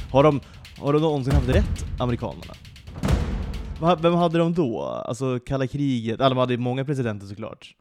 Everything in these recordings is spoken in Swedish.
Har de någonsin haft rätt, amerikanerna? Vem hade de då? Alltså kalla kriget. De hade många presidenter såklart.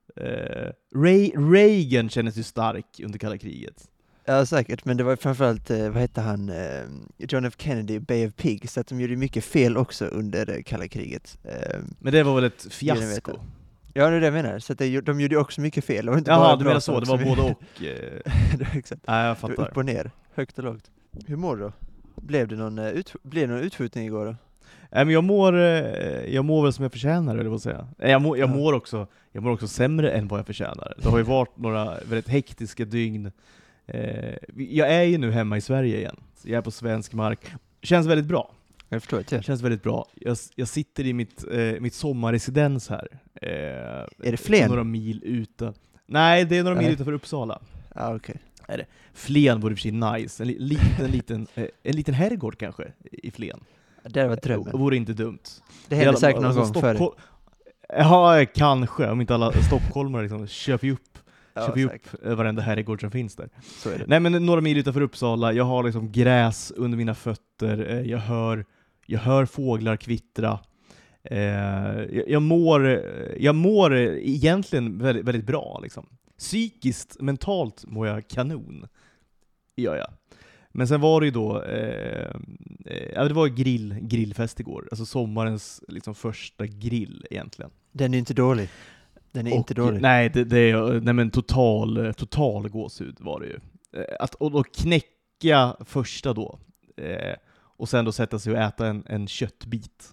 Reagan kändes ju stark under kalla kriget. Ja, säkert. Men det var framförallt, vad hette han? John F. Kennedy, Bay of Pigs. Så att de gjorde mycket fel också under kalla kriget. Men det var väl ett fiasko? Ja, det är det jag menar. Så att de gjorde också mycket fel. Det var inte Jaha, bara du menar så. Det var både och. Exakt. Nej, jag fattar. Upp och ner, högt och lågt. Hur mår du då? Blev det någon utskjutning igår då? Nej, men jag mår väl som jag förtjänar, eller vad säga. Jag mår också sämre än vad jag förtjänar. Det har ju varit några väldigt hektiska dygn. Jag är ju nu hemma i Sverige igen. Så jag är på svensk mark. Känns väldigt bra. Jag förstår det. Känns väldigt bra. Jag sitter i mitt sommarresidens här. Är det Flen? Några mil ute. Nej, det är några mil utanför Uppsala. Ja, okej. Är det? Flen vore för sig nice. En liten herrgård kanske i Flen. Det var drömmen. Det vore inte dumt. Det händer säkert någon gång förr. Ja, kanske. Om inte alla stockholmare liksom köper upp varenda herrgård som finns där. Så är det. Nej, men några mil utanför Uppsala. Jag har liksom gräs under mina fötter. Jag hör fåglar kvittra. Jag mår egentligen väldigt, väldigt bra liksom. Psykiskt, mentalt mår jag kanon. Gör jag. Men sen var det ju då det var grillfest igår. Alltså sommarens liksom första grill egentligen. Den är inte dålig. Inte dålig. Nej, nej, men total gåshud var det ju. Och då knäcka första då. Och sen då sätta sig och äta en köttbit.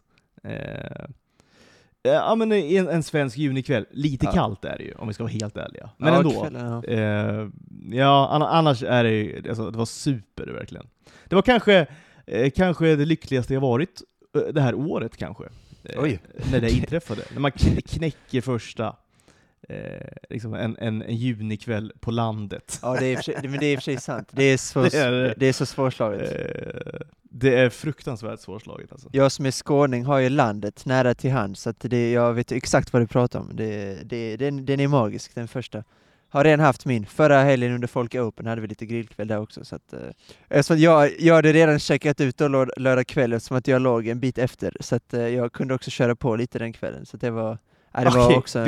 Ja, men en svensk junikväll. Lite kallt är det ju, om vi ska vara helt ärliga. Men ändå. Kvällen, annars är det ju, alltså, det var super verkligen. Det var kanske det lyckligaste jag varit det här året kanske. När det inträffade. När man knäcker första liksom en junikväll på landet. Ja, det är i och för sig sant. Det är så svårslaget. Det är fruktansvärt svårslaget alltså. Jag som är skåning har ju landet nära till hand, så att jag vet exakt vad du pratar om. Den är magisk, den första. Har redan haft min. Förra helgen under Folk Open hade vi lite grillkväll där också. Så att, jag hade redan checkat ut då lördag kväll, som att jag låg en bit efter. Så att jag kunde också köra på lite den kvällen. Så att det var... Nej, det var också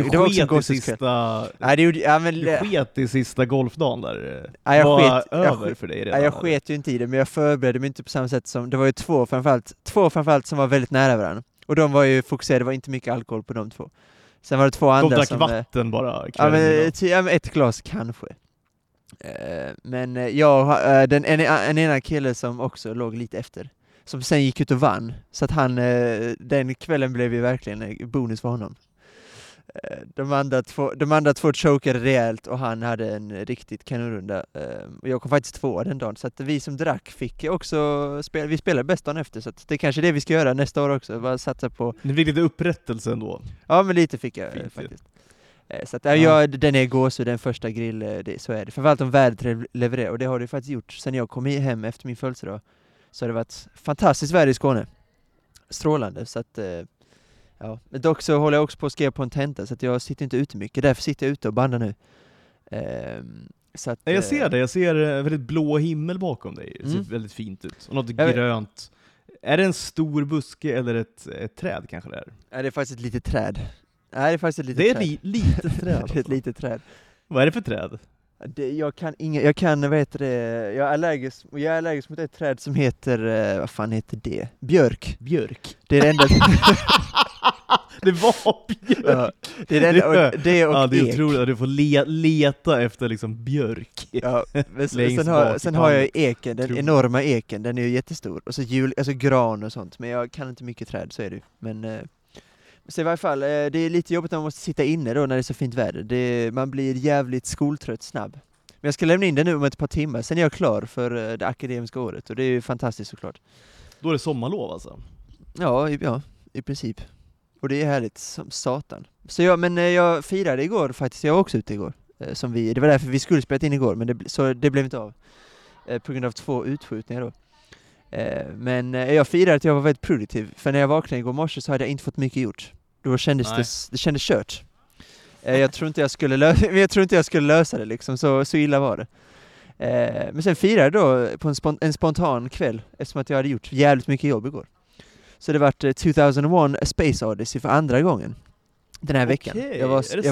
du sket i sista golfdagen där. Jag sket ju inte i det, men jag förberedde mig inte på samma sätt som... Det var ju två framförallt som var väldigt nära varandra. Och de var ju fokuserade, det var inte mycket alkohol på de två. Sen var det två andra som... De drack vatten bara. Ett glas kanske. Men en ena kille som också låg lite efter. Som sen gick ut och vann. Så att den kvällen blev ju verkligen bonus för honom. De andra två chokade rejält och han hade en riktigt kanonrunda. Jag kom faktiskt tvåa den dagen, så att vi som drack fick också vi spelade bäst dagen efter, så att det är kanske det vi ska göra nästa år också. Bara satsa på... Ni fick lite upprättelse ändå. Ja, men lite fick jag faktiskt. Så att den är gåshud, den första grill, så är det. Framförallt om vädret levererar, och det har det faktiskt gjort. Sen jag kom hem efter min födelsedag så har det varit fantastiskt väder i Skåne. Strålande, så att... Ja, men dock så håller jag också på att skriva på en tenta, så att jag sitter inte ute mycket. Därför sitter jag ute och bandar nu. Så att, jag ser det. Jag ser väldigt blå himmel bakom dig. Det ser väldigt fint ut. Och något grönt. Är det en stor buske eller ett träd kanske det är? Ja, det är faktiskt ett litet träd. Nej, det är faktiskt ett litet träd. Det är litet träd. Det är ett litet träd. Vad är det för träd? Jag är allergisk mot ett träd som heter, vad fan heter det? Björk. Det är det enda. Det var björk. Ja, det är det enda, och det är ek. Otroligt att du får leta efter liksom björk. Ja, sen har jag eken, den enorma eken, den är ju jättestor. Och så gran och sånt, men jag kan inte mycket träd, så är det. Men så i varje fall, det är lite jobbigt när man måste sitta inne då när det är så fint väder. Man blir jävligt skoltrött snabb. Men jag ska lämna in det nu om ett par timmar. Sen är jag klar för det akademiska året. Och det är ju fantastiskt såklart. Då är det sommarlov alltså? Ja, i princip. Och det är härligt som satan. Så jag firade igår faktiskt. Jag var också ute igår. Det var därför vi skulle spela in igår. Men det blev inte av. På grund av 2 utskjutningar då. Men jag firade att jag var väldigt produktiv. För när jag vaknade igår morse så hade jag inte fått mycket gjort. Då kändes det kändes kört. Jag tror inte jag skulle lösa det liksom, så illa var det. Men sen firade jag då på en spontan kväll, eftersom att jag hade gjort jävligt mycket jobb igår. Så det vart 2001 A Space Odyssey för andra gången den här veckan. Jag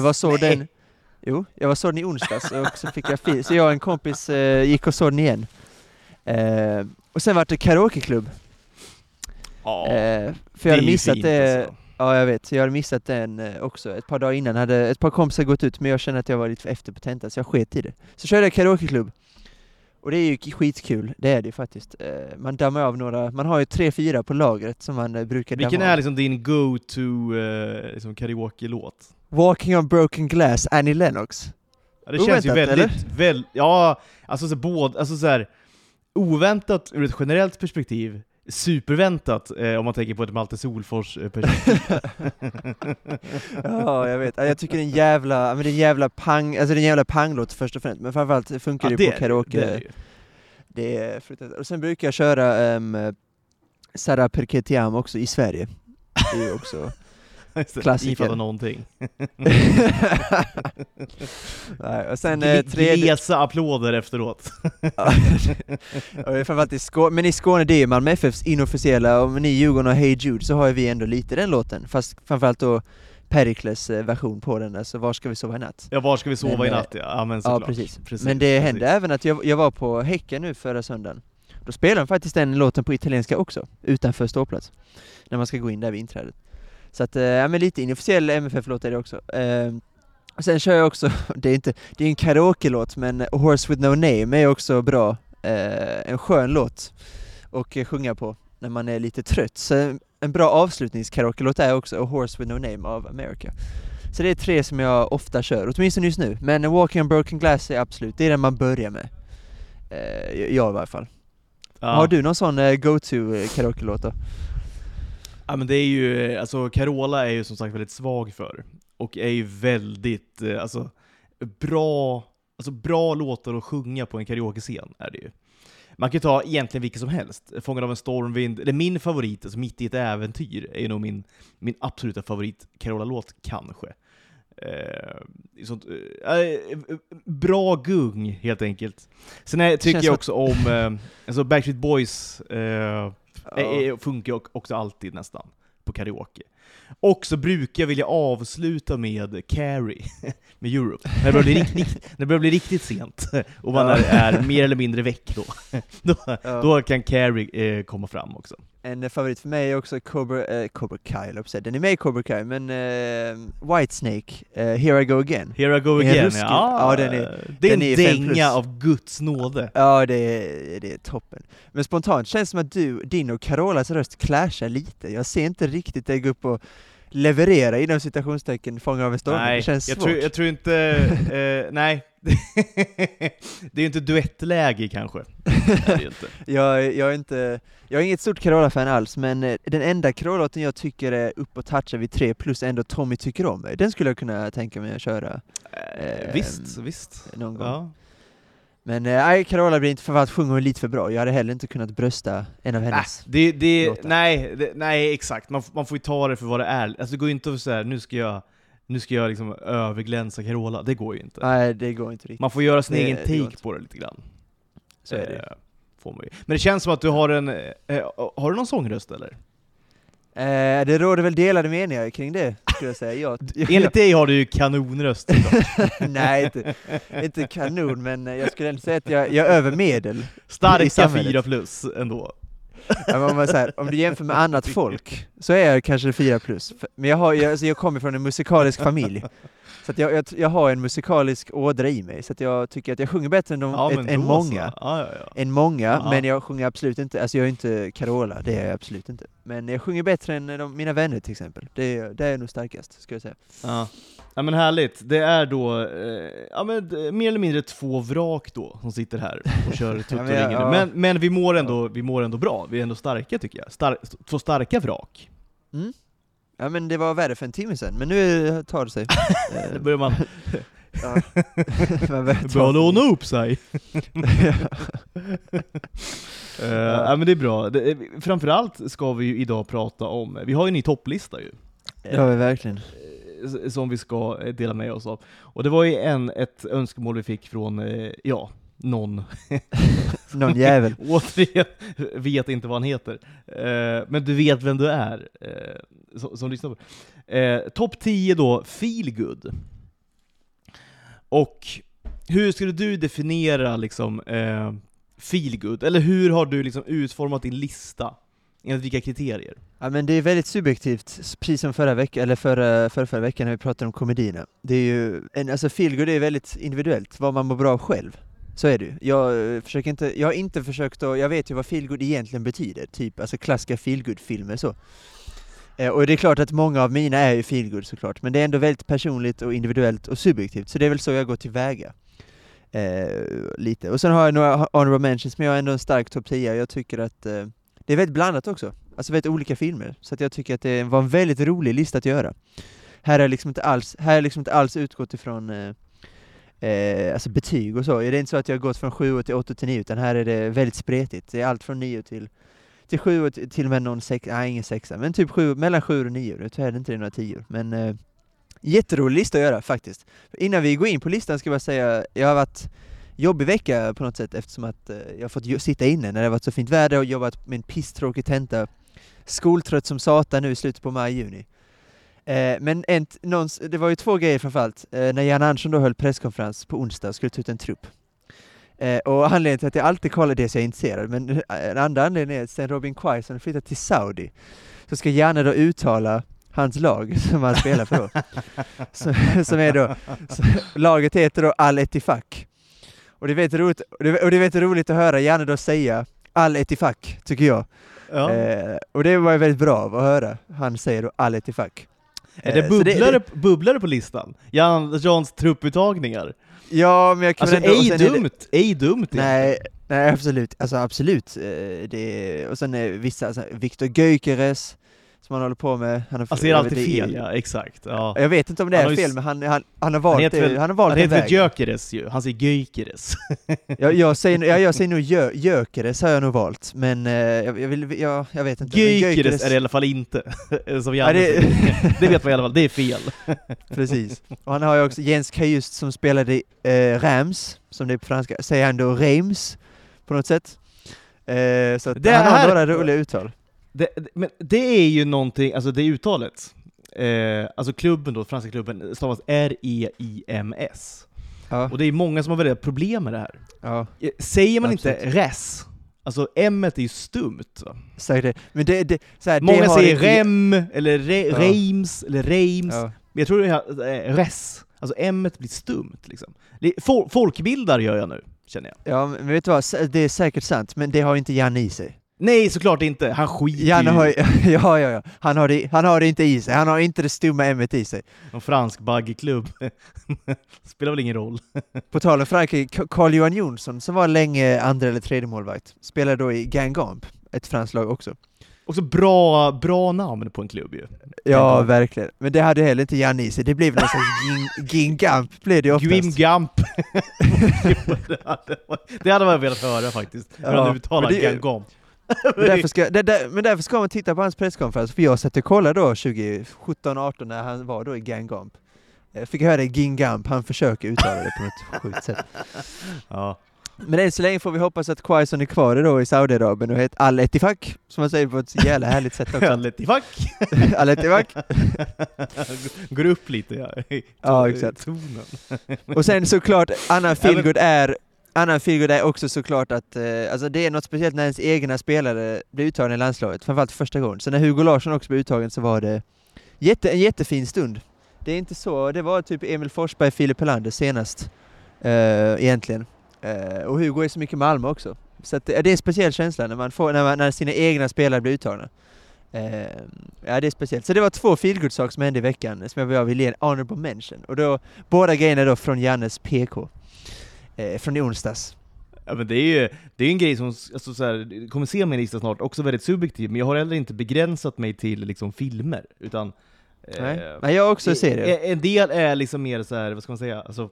var så den i onsdags och så fick jag så jag och en kompis gick och såg den igen. Och sen var det karaokeklubb. För jag hade missat det. Alltså. Ja, jag vet. Jag hade missat den också. Ett par dagar innan hade ett par kompisar gått ut, men jag kände att jag var lite för efter på tentan, så jag sket i det. Så körde jag karaokeklubb. Och det är ju skitkul, det är det faktiskt. Man dammar av några, man har ju 3-4 på lagret som man brukar damma av. Vilken är liksom din go-to liksom karaoke-låt? Walking on Broken Glass, Annie Lennox. Ja, det känns ju väldigt, ja, alltså så här, oväntat ur ett generellt perspektiv, superväntat om man tänker på ett Malte Solfors perspektiv. Ja, jag vet. Jag tycker det är en jävla panglåt först och främst, men framförallt funkar det på karaoke. Det är fruktansvärt. Och sen brukar jag köra Sarah Perché Ti Amo också i Sverige. Det är ju också klassiker. Ifall någonting. Nej, och sen glesa applåder efteråt. Men i Skåne, det är Malmö FFs inofficiella, och ni Djurgården och Hey Jude, så har vi ändå lite den låten, fast framförallt då Perikles version på den, alltså Var ska vi sova i natt? Ja, Var ska vi sova i natt? Ja, men såklart. Ja, precis. Men det hände även att jag var på Häcken nu förra söndagen. Då spelade de faktiskt den låten på italienska också, utanför ståplats, när man ska gå in där vid inträdet. Så att, men lite inofficiell MFF-låt är det också. Och sen kör jag också, det är en karaoke-låt, men A Horse With No Name är också bra. En skön låt och sjunga på när man är lite trött. Så en bra avslutningskaraoke-låt är också A Horse With No Name av America. Så det är 3 som jag ofta kör, åtminstone just nu. Men Walking on Broken Glass är absolut, det är den man börjar med. Jag i varje fall. Ja. Har du någon sån go-to karaoke-låt då? Ja, men det är ju, alltså Carola är ju som sagt väldigt svag för, och är ju väldigt bra låtar att sjunga på en karaoke-scen är det ju. Man kan ju ta egentligen vilket som helst. Fångad av en stormvind, eller min favorit, alltså Mitt i ett äventyr, är ju nog min absoluta favorit Carola-låt kanske. Bra gung helt enkelt. Sen tycker jag också om Backstreet Boys funkar också alltid nästan på karaoke. Och så brukar jag vilja avsluta med Carrie med Europe. När det börjar bli riktigt sent och man är mer eller mindre väck då kan Carrie komma fram också. En favorit för mig är också Cobra Kai, den är med i Cobra Kai, men Whitesnake, Here I Go Again. Here I Go Again, ja. Det är en dänga av Guds nåde. Ja, det är toppen. Men spontant känns det som att din och Carolas röst clashar lite. Jag ser inte riktigt dig gå upp och leverera inom citationstecken Fånga av en storm. Nej, det känns svårt. Jag tror inte, nej. Det är ju inte duettläge kanske. Jag är inget stort Carola-fan alls, men den enda Carola-låten jag tycker är upp och touchar vid 3 plus ändå Tommy tycker om mig. Den skulle jag kunna tänka mig att köra. Visst. Någon gång. Ja. Men Carola blir inte, för att sjunga lite för bra. Jag hade heller inte kunnat brösta en av hennes låtar. Nej, exakt. Man får ju ta det för vad det är. Alltså det går ju inte att säga nu ska jag liksom överglänsa Carola. Det går ju inte. Nej, det går inte riktigt. Man får göra sin egen take på det lite grann. Så är det. Får man ju. Men det känns som att du har har du någon sångröst eller? Det råder väl delade meningar kring det, skulle jag säga. Enligt dig har du ju kanonröst. Nej, inte kanon, men jag skulle ändå säga att jag är över medel. Starka 4 plus ändå. Ja, om du jämför med annat folk så är jag kanske 4 plus. Men jag kommer från en musikalisk familj. Så att jag har en musikalisk ådra i mig, så att jag tycker att jag sjunger bättre än många. Än många, men jag sjunger absolut inte, alltså jag är inte Carola, det är jag absolut inte. Men jag sjunger bättre än mina vänner till exempel. Det är nog starkast, ska jag säga. Ja, men härligt. Det är då mer eller mindre 2 vrak då som sitter här och kör tuttoringen. Men vi mår ändå bra. Vi är ändå starka tycker jag. 2 starka vrak. Mm. Ja, men det var värre för en timme sedan, men nu tar det sig. Nu börjar man börjar låna upp sig. Ja, men det är bra. Framförallt ska vi ju idag prata om, vi har ju en ny topplista ju. Ja, verkligen. Som vi ska dela med oss av. Och det var ju ett önskemål vi fick från någon. Någon jävel. Återigen, vet inte vad han heter. Men du vet vem du är. Som lyssnar på. Topp 10 då, feel good. Och hur skulle du definiera liksom feel good? Eller hur har du liksom utformat din lista? Enligt vilka kriterier? Ja, men det är väldigt subjektivt, precis som förra veckan, eller förra veckan när vi pratade om komedierna. Det är ju, alltså feel good är väldigt individuellt, vad man mår bra av själv. Så är det ju. Jag har inte försökt att, jag vet ju vad feel good egentligen betyder, typ alltså klassiska feel good-filmer så. Och det är klart att många av mina är ju feel good såklart, men det är ändå väldigt personligt och individuellt och subjektivt, så det är väl så jag går tillväga. Lite. Och sen har jag några honorable mentions, men jag har ändå en stark topp 10 och jag tycker att det är väldigt blandat också. Alltså väldigt olika filmer. Så att jag tycker att det var en väldigt rolig lista att göra. Här är liksom inte alls utgått ifrån alltså betyg och så. Det är inte så att jag har gått från 7 till 8 till 9, utan här är det väldigt spretigt. Det är allt från 9 till 7 och till och med någon 6, nej ingen 6, men typ 7, mellan 7 och 9. Nu är det inte några 10. Men jätterolig lista att göra faktiskt. Innan vi går in på listan ska jag bara säga, jag har varit jobbig vecka på något sätt eftersom att jag har fått sitta inne när det har varit så fint väder och jobbat med en pisstråkig tenta. Skoltrött som satan nu i slutet på maj-juni. Men det var ju 2 grejer framförallt. När Jan Andersson då höll presskonferens på onsdag och skulle ta ut en trupp. Och anledningen till att jag alltid kollar det så jag är intresserad, men den andra anledningen är att sen Robin Quaison flyttat till Saudi så ska Janne då uttala hans lag som han spelar för då. Som är då, laget heter då Al-Ettifaq. Och det är roligt att höra Janne då säga Al-Ettifaq, tycker jag. Ja. Och det var väldigt bra att höra. Han säger då Al-Ettifaq. Är det bubblare på listan? Jans trupputtagningar. Ja, men jag kan alltså ej dumt. Nej, absolut. Alltså absolut. Och sen är vissa, alltså, Viktor Gyökeres som han håller på med. Det är alltid fel, ja, exakt. Ja. Jag vet inte om det är fel, men han har valt det. Han heter väl Gyökeres ju. Han säger Gyökeres. jag säger nog Gyökeres har jag nog valt, men jag vet inte. Gyökeres är det i alla fall inte. Som det vet man i alla fall, det är fel. Precis. Och han har ju också Jens Kajust som spelade Rams, som det är på franska. Säger han då Reims på något sätt. Så att han har några roliga uttal. Men det är ju någonting, alltså det uttalet, alltså klubben då, franska klubben, stavas R-E-I-M-S. Ja. Och det är många som har väldigt problem med det här. Ja. Säger man inte res, alltså M-et är ju stumt. Säg det. Men många säger rem, eller reims, eller reims. Ja. Men jag tror det är res, alltså M-et blir stumt liksom. Folkbildar gör jag nu, känner jag. Ja, men vet du vad, det är säkert sant, men det har inte Janne i sig. Nej, såklart inte. Han skiter Janne har, ja. Han har det inte i sig. Han har inte det stumma ämnet i sig. En fransk baggeklubb. Spelar väl ingen roll. På tal om Frankrike, Carl-Johan Jonsson som var länge andra eller tredje målvakt spelade då i Guingamp, ett franskt lag också. Också bra namn på en klubb ju. Ja, verkligen. Men det hade heller inte Janne i sig. Det blev någon slags Guingamp blev det oftast. Guingamp. Det hade man velat höra faktiskt. Hur han uttalar Guingamp. Men därför ska man titta på hans presskonferens, för jag satt och kollade då 2017-18 när han var då i Guingamp. Fick höra det Guingamp, han försöker uttala det på något sjukt sätt. Ja. Men än så länge får vi hoppas att Quaison är kvar då i Saudiarabien och heter Al-Ettifaq, som man säger på ett jävla härligt sätt också. Al-Ettifaq. Al-Ettifaq. Går upp lite, ja, exakt. Och sen såklart, annan feelgood är också såklart att alltså det är något speciellt när ens egna spelare blir uttagen i landslaget, framförallt första gången. Så när Hugo Larsson också blev uttagen så var det en jättefin stund. Det är inte så, det var typ Emil Forsberg, Filip Helander senast egentligen. Och Hugo är så mycket Malmö också. Så att det är en speciell känsla när sina egna spelare blir uttagna. Ja, det är speciellt. Så det var 2 feelgood-saker som hände i veckan som jag vill ge en honorable mention. Och då, båda grejerna då från Jannes PK. Från i onsdags. Ja, men det är en grej som alltså, så här, kommer se min lista snart, också väldigt subjektiv, men jag har heller inte begränsat mig till liksom filmer, utan nej, jag också ser det. En del är liksom mer så här, vad ska man säga, alltså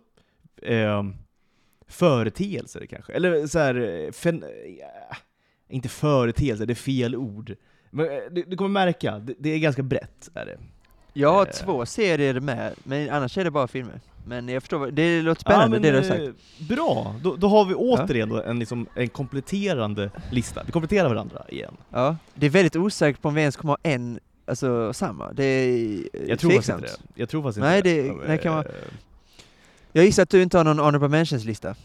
företeelser kanske, eller så här, inte företeelser, det är fel ord, men du kommer märka, det är ganska brett är det. Jag har 2 serier med, men annars är det bara filmer. Men jag förstår, det låter spännande det du har sagt. Bra, då har vi återigen en kompletterande lista. Vi kompletterar varandra igen. Ja, det är väldigt osäkert på om vi ens kommer ha en, alltså samma. Det är jag tror faktiskt inte det. Jag tror faktiskt inte det. Nej, kan vara. Jag gissar att du inte har någon honorable mentions-lista.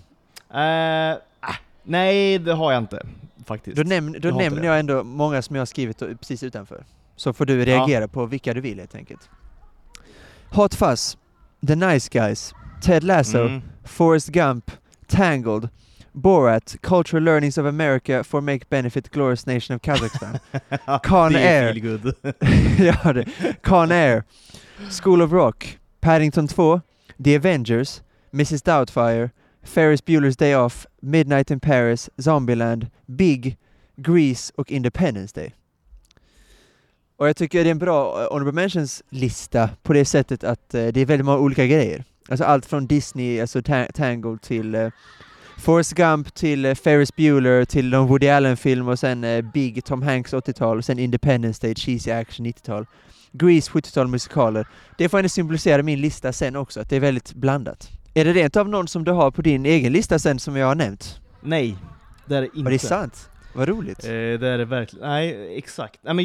Nej, det har jag inte faktiskt. Då nämner jag ändå många som jag har skrivit precis utanför. Så får du reagera på vilka du vill helt enkelt. Hot Fuzz, The Nice Guys, Ted Lasso, Forrest Gump, Tangled, Borat, Cultural Learnings of America for Make Benefit Glorious Nation of Kazakhstan, Con Air, Con Air, School of Rock, Paddington 2, The Avengers, Mrs. Doubtfire, Ferris Bueller's Day Off, Midnight in Paris, Zombieland, Big, Grease och Independence Day. Och jag tycker det är en bra honorable mentions-lista på det sättet att det är väldigt många olika grejer. Alltså allt från Disney, alltså Tangled till Forrest Gump till Ferris Bueller till någon Woody Allen-film och sen Big, Tom Hanks 80-tal och sen Independence Day, cheesy action 90-tal. Grease 70-tal musikaler. Det får ändå symbolisera min lista sen också, att det är väldigt blandat. Är det rent av någon som du har på din egen lista sen som jag har nämnt? Nej, det är det inte. Var det sant? Vad roligt. Det är det verkligen. Nej, exakt. Nej, men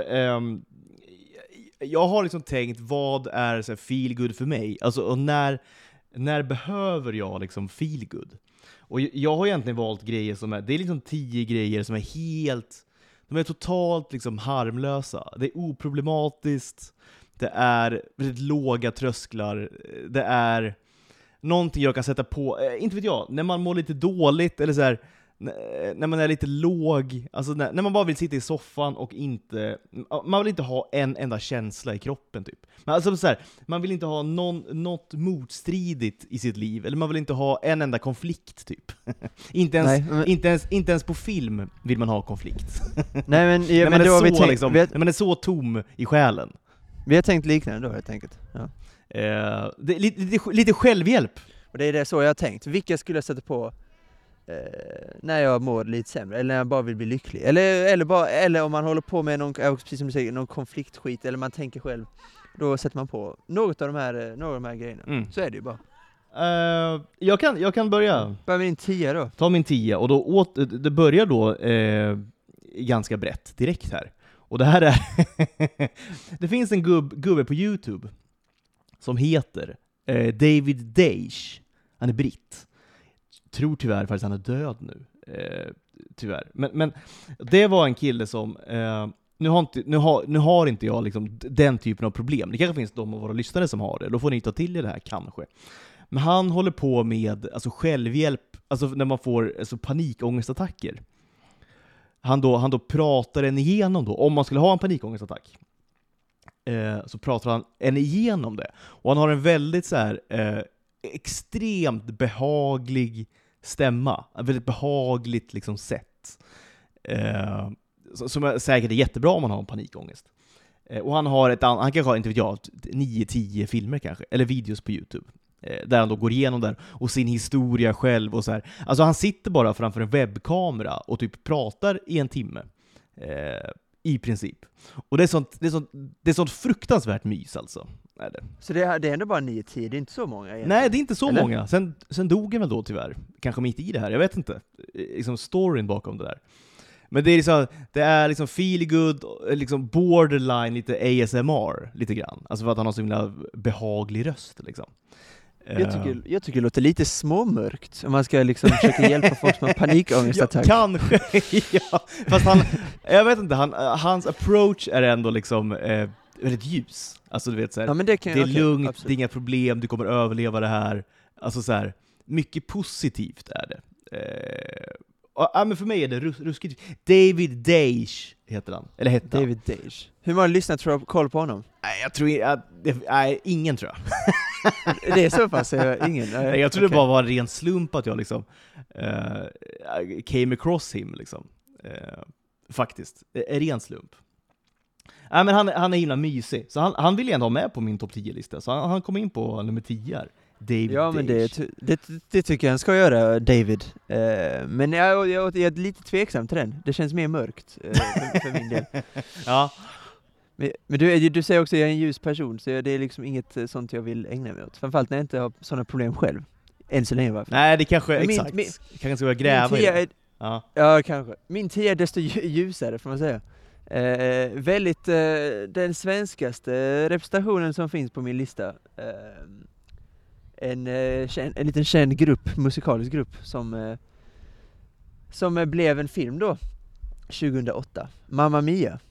jag har liksom tänkt, vad är så här feel good för mig? Alltså, och när behöver jag liksom feel good? Och jag har egentligen valt grejer som det är liksom 10 grejer som är de är totalt liksom harmlösa. Det är oproblematiskt. Det är väldigt låga trösklar. Det är någonting jag kan sätta på, inte vet jag, när man mår lite dåligt eller så här, när man är lite låg, alltså när man bara vill sitta i soffan och man vill inte ha en enda känsla i kroppen typ. Men alltså så här, man vill inte ha något motstridigt i sitt liv, eller man vill inte ha en enda konflikt typ. inte ens på film vill man ha konflikt. Nej, men när man är så tom i själen. Vi har tänkt liknande då helt enkelt. Ja. Det är lite självhjälp. Och det är det så jag har tänkt. Vilka skulle jag sätta på när jag mår lite sämre eller när jag bara vill bli lycklig eller om man håller på med precis som du säger, någon konfliktskit eller man tänker själv, då sätter man på några av de här grejerna. Så är det ju bara. Jag kan börja. Börja med din 10 då. Ta min 10 och då det börjar då ganska brett direkt här. Och det här är det finns en gubbe på YouTube som heter David Deich. Han är britt. Tror tyvärr faktiskt han är död nu. Tyvärr. Men det var en kille som nu har inte jag liksom den typen av problem. Det kanske finns de av våra lyssnare som har det. Då får ni ta till er det här kanske. Men han håller på med alltså självhjälp, alltså när man får alltså panikångestattacker. Han då pratar en igenom då, om man skulle ha en panikångestattack. Så pratar han en igenom det. Och han har en väldigt så här extremt behaglig stämma. En väldigt behagligt liksom sätt. Som säkert är jättebra om man har en panikångest. Och han kanske har, inte vet jag, 9-10 filmer kanske, eller videos på YouTube. Där han då går igenom där och sin historia själv och så här. Alltså han sitter bara framför en webbkamera och typ pratar i en timme. I princip. Och det är sånt fruktansvärt mys alltså. Är det. Så det är ändå bara 9-10, det är inte så många egentligen. Nej, det är inte så många. Sen dog han väl då tyvärr. Kanske mitt i det här, jag vet inte. Liksom storyn bakom det där. Men det är liksom feel good, liksom borderline lite ASMR lite grann. Alltså för att han har så himla behaglig röst liksom. Jag tycker det låter lite småmörkt om man ska liksom försöka hjälpa folk som har panikångestattack. Ja, kanske, ja. Fast jag vet inte, hans approach är ändå liksom väldigt ljus. Alltså du vet så här, ja, det är lugnt, absolut. det är inga problem, du kommer överleva det här. Alltså så här, mycket positivt är det. Men för mig är det ruskigt. David Deich heter han. Eller hette han. David Deich. Hur många lyssnare tror du koll på honom? Nej, jag tror ingen tror jag. Det är så pass, ingen. Nej, jag tror det bara var en ren slump att jag liksom came across him liksom. Faktiskt. En ren slump. Nej, men han är himla mysig. Så han vill ändå ha med på min topp 10-lista. Så han kom in på nummer 10 här. David ja, men Deich. det tycker jag han ska göra, David. Men jag är lite tveksam till den. Det känns mer mörkt för min del. Ja. Men du säger också att jag är en ljus person, så det är liksom inget sånt jag vill ägna mig åt. Framförallt när jag inte har sådana problem själv. Än så länge varför. Nej, det kanske, exakt. Kanske ska gräva i det. Ja, kanske. Min 10 är desto ljusare, får man säga. Väldigt den svenskaste representationen som finns på min lista. En liten känd grupp, musikalisk grupp som blev en film då 2008. Mamma Mia.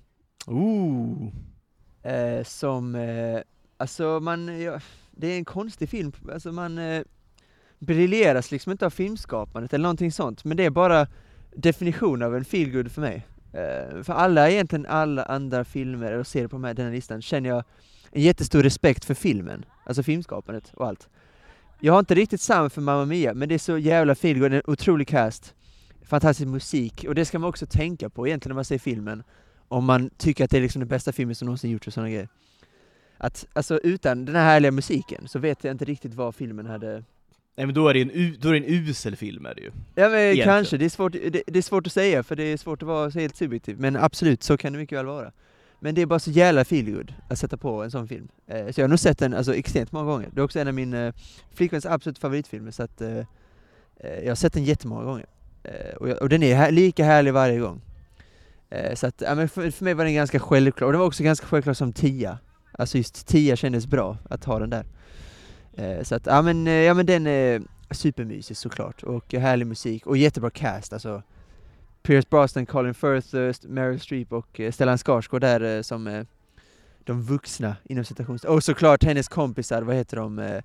Det är en konstig film. Alltså man briljeras liksom inte av filmskapandet eller någonting sånt, men det är bara definition av en feelgood för mig. För alla andra filmer och serier på den här listan känner jag en jättestor respekt för filmen, alltså filmskapandet och allt. Jag har inte riktigt samma för Mamma Mia, men det är så jävla feelgood, en otrolig cast, fantastisk musik, och det ska man också tänka på egentligen när man ser filmen, om man tycker att det är liksom den bästa filmen som någonsin gjorts och sådana grejer. Att, alltså utan den här härliga musiken så vet jag inte riktigt vad filmen hade. Nej, men då är det en usel film är det ju. Ja, men kanske. Det är svårt att säga, för det är svårt att vara så helt subjektiv. Men absolut, så kan det mycket väl vara. Men det är bara så jävla feelgood att sätta på en sån film. Så jag har nog sett den extremt många gånger. Det är också en av min flickväns absolut favoritfilmer, så att jag har sett den jättemånga gånger. Och den är lika härlig varje gång. Så att, men för mig var den ganska självklar. Och den var också ganska självklar som 10. Alltså just 10 kändes bra att ha den där. Så att, men den är supermysig såklart. Och härlig musik. Och jättebra cast. Alltså Pierce Brosnan, Colin Firth, Meryl Streep och Stellan Skarsgård där som de vuxna inom citations. Och såklart hennes kompisar, vad heter de?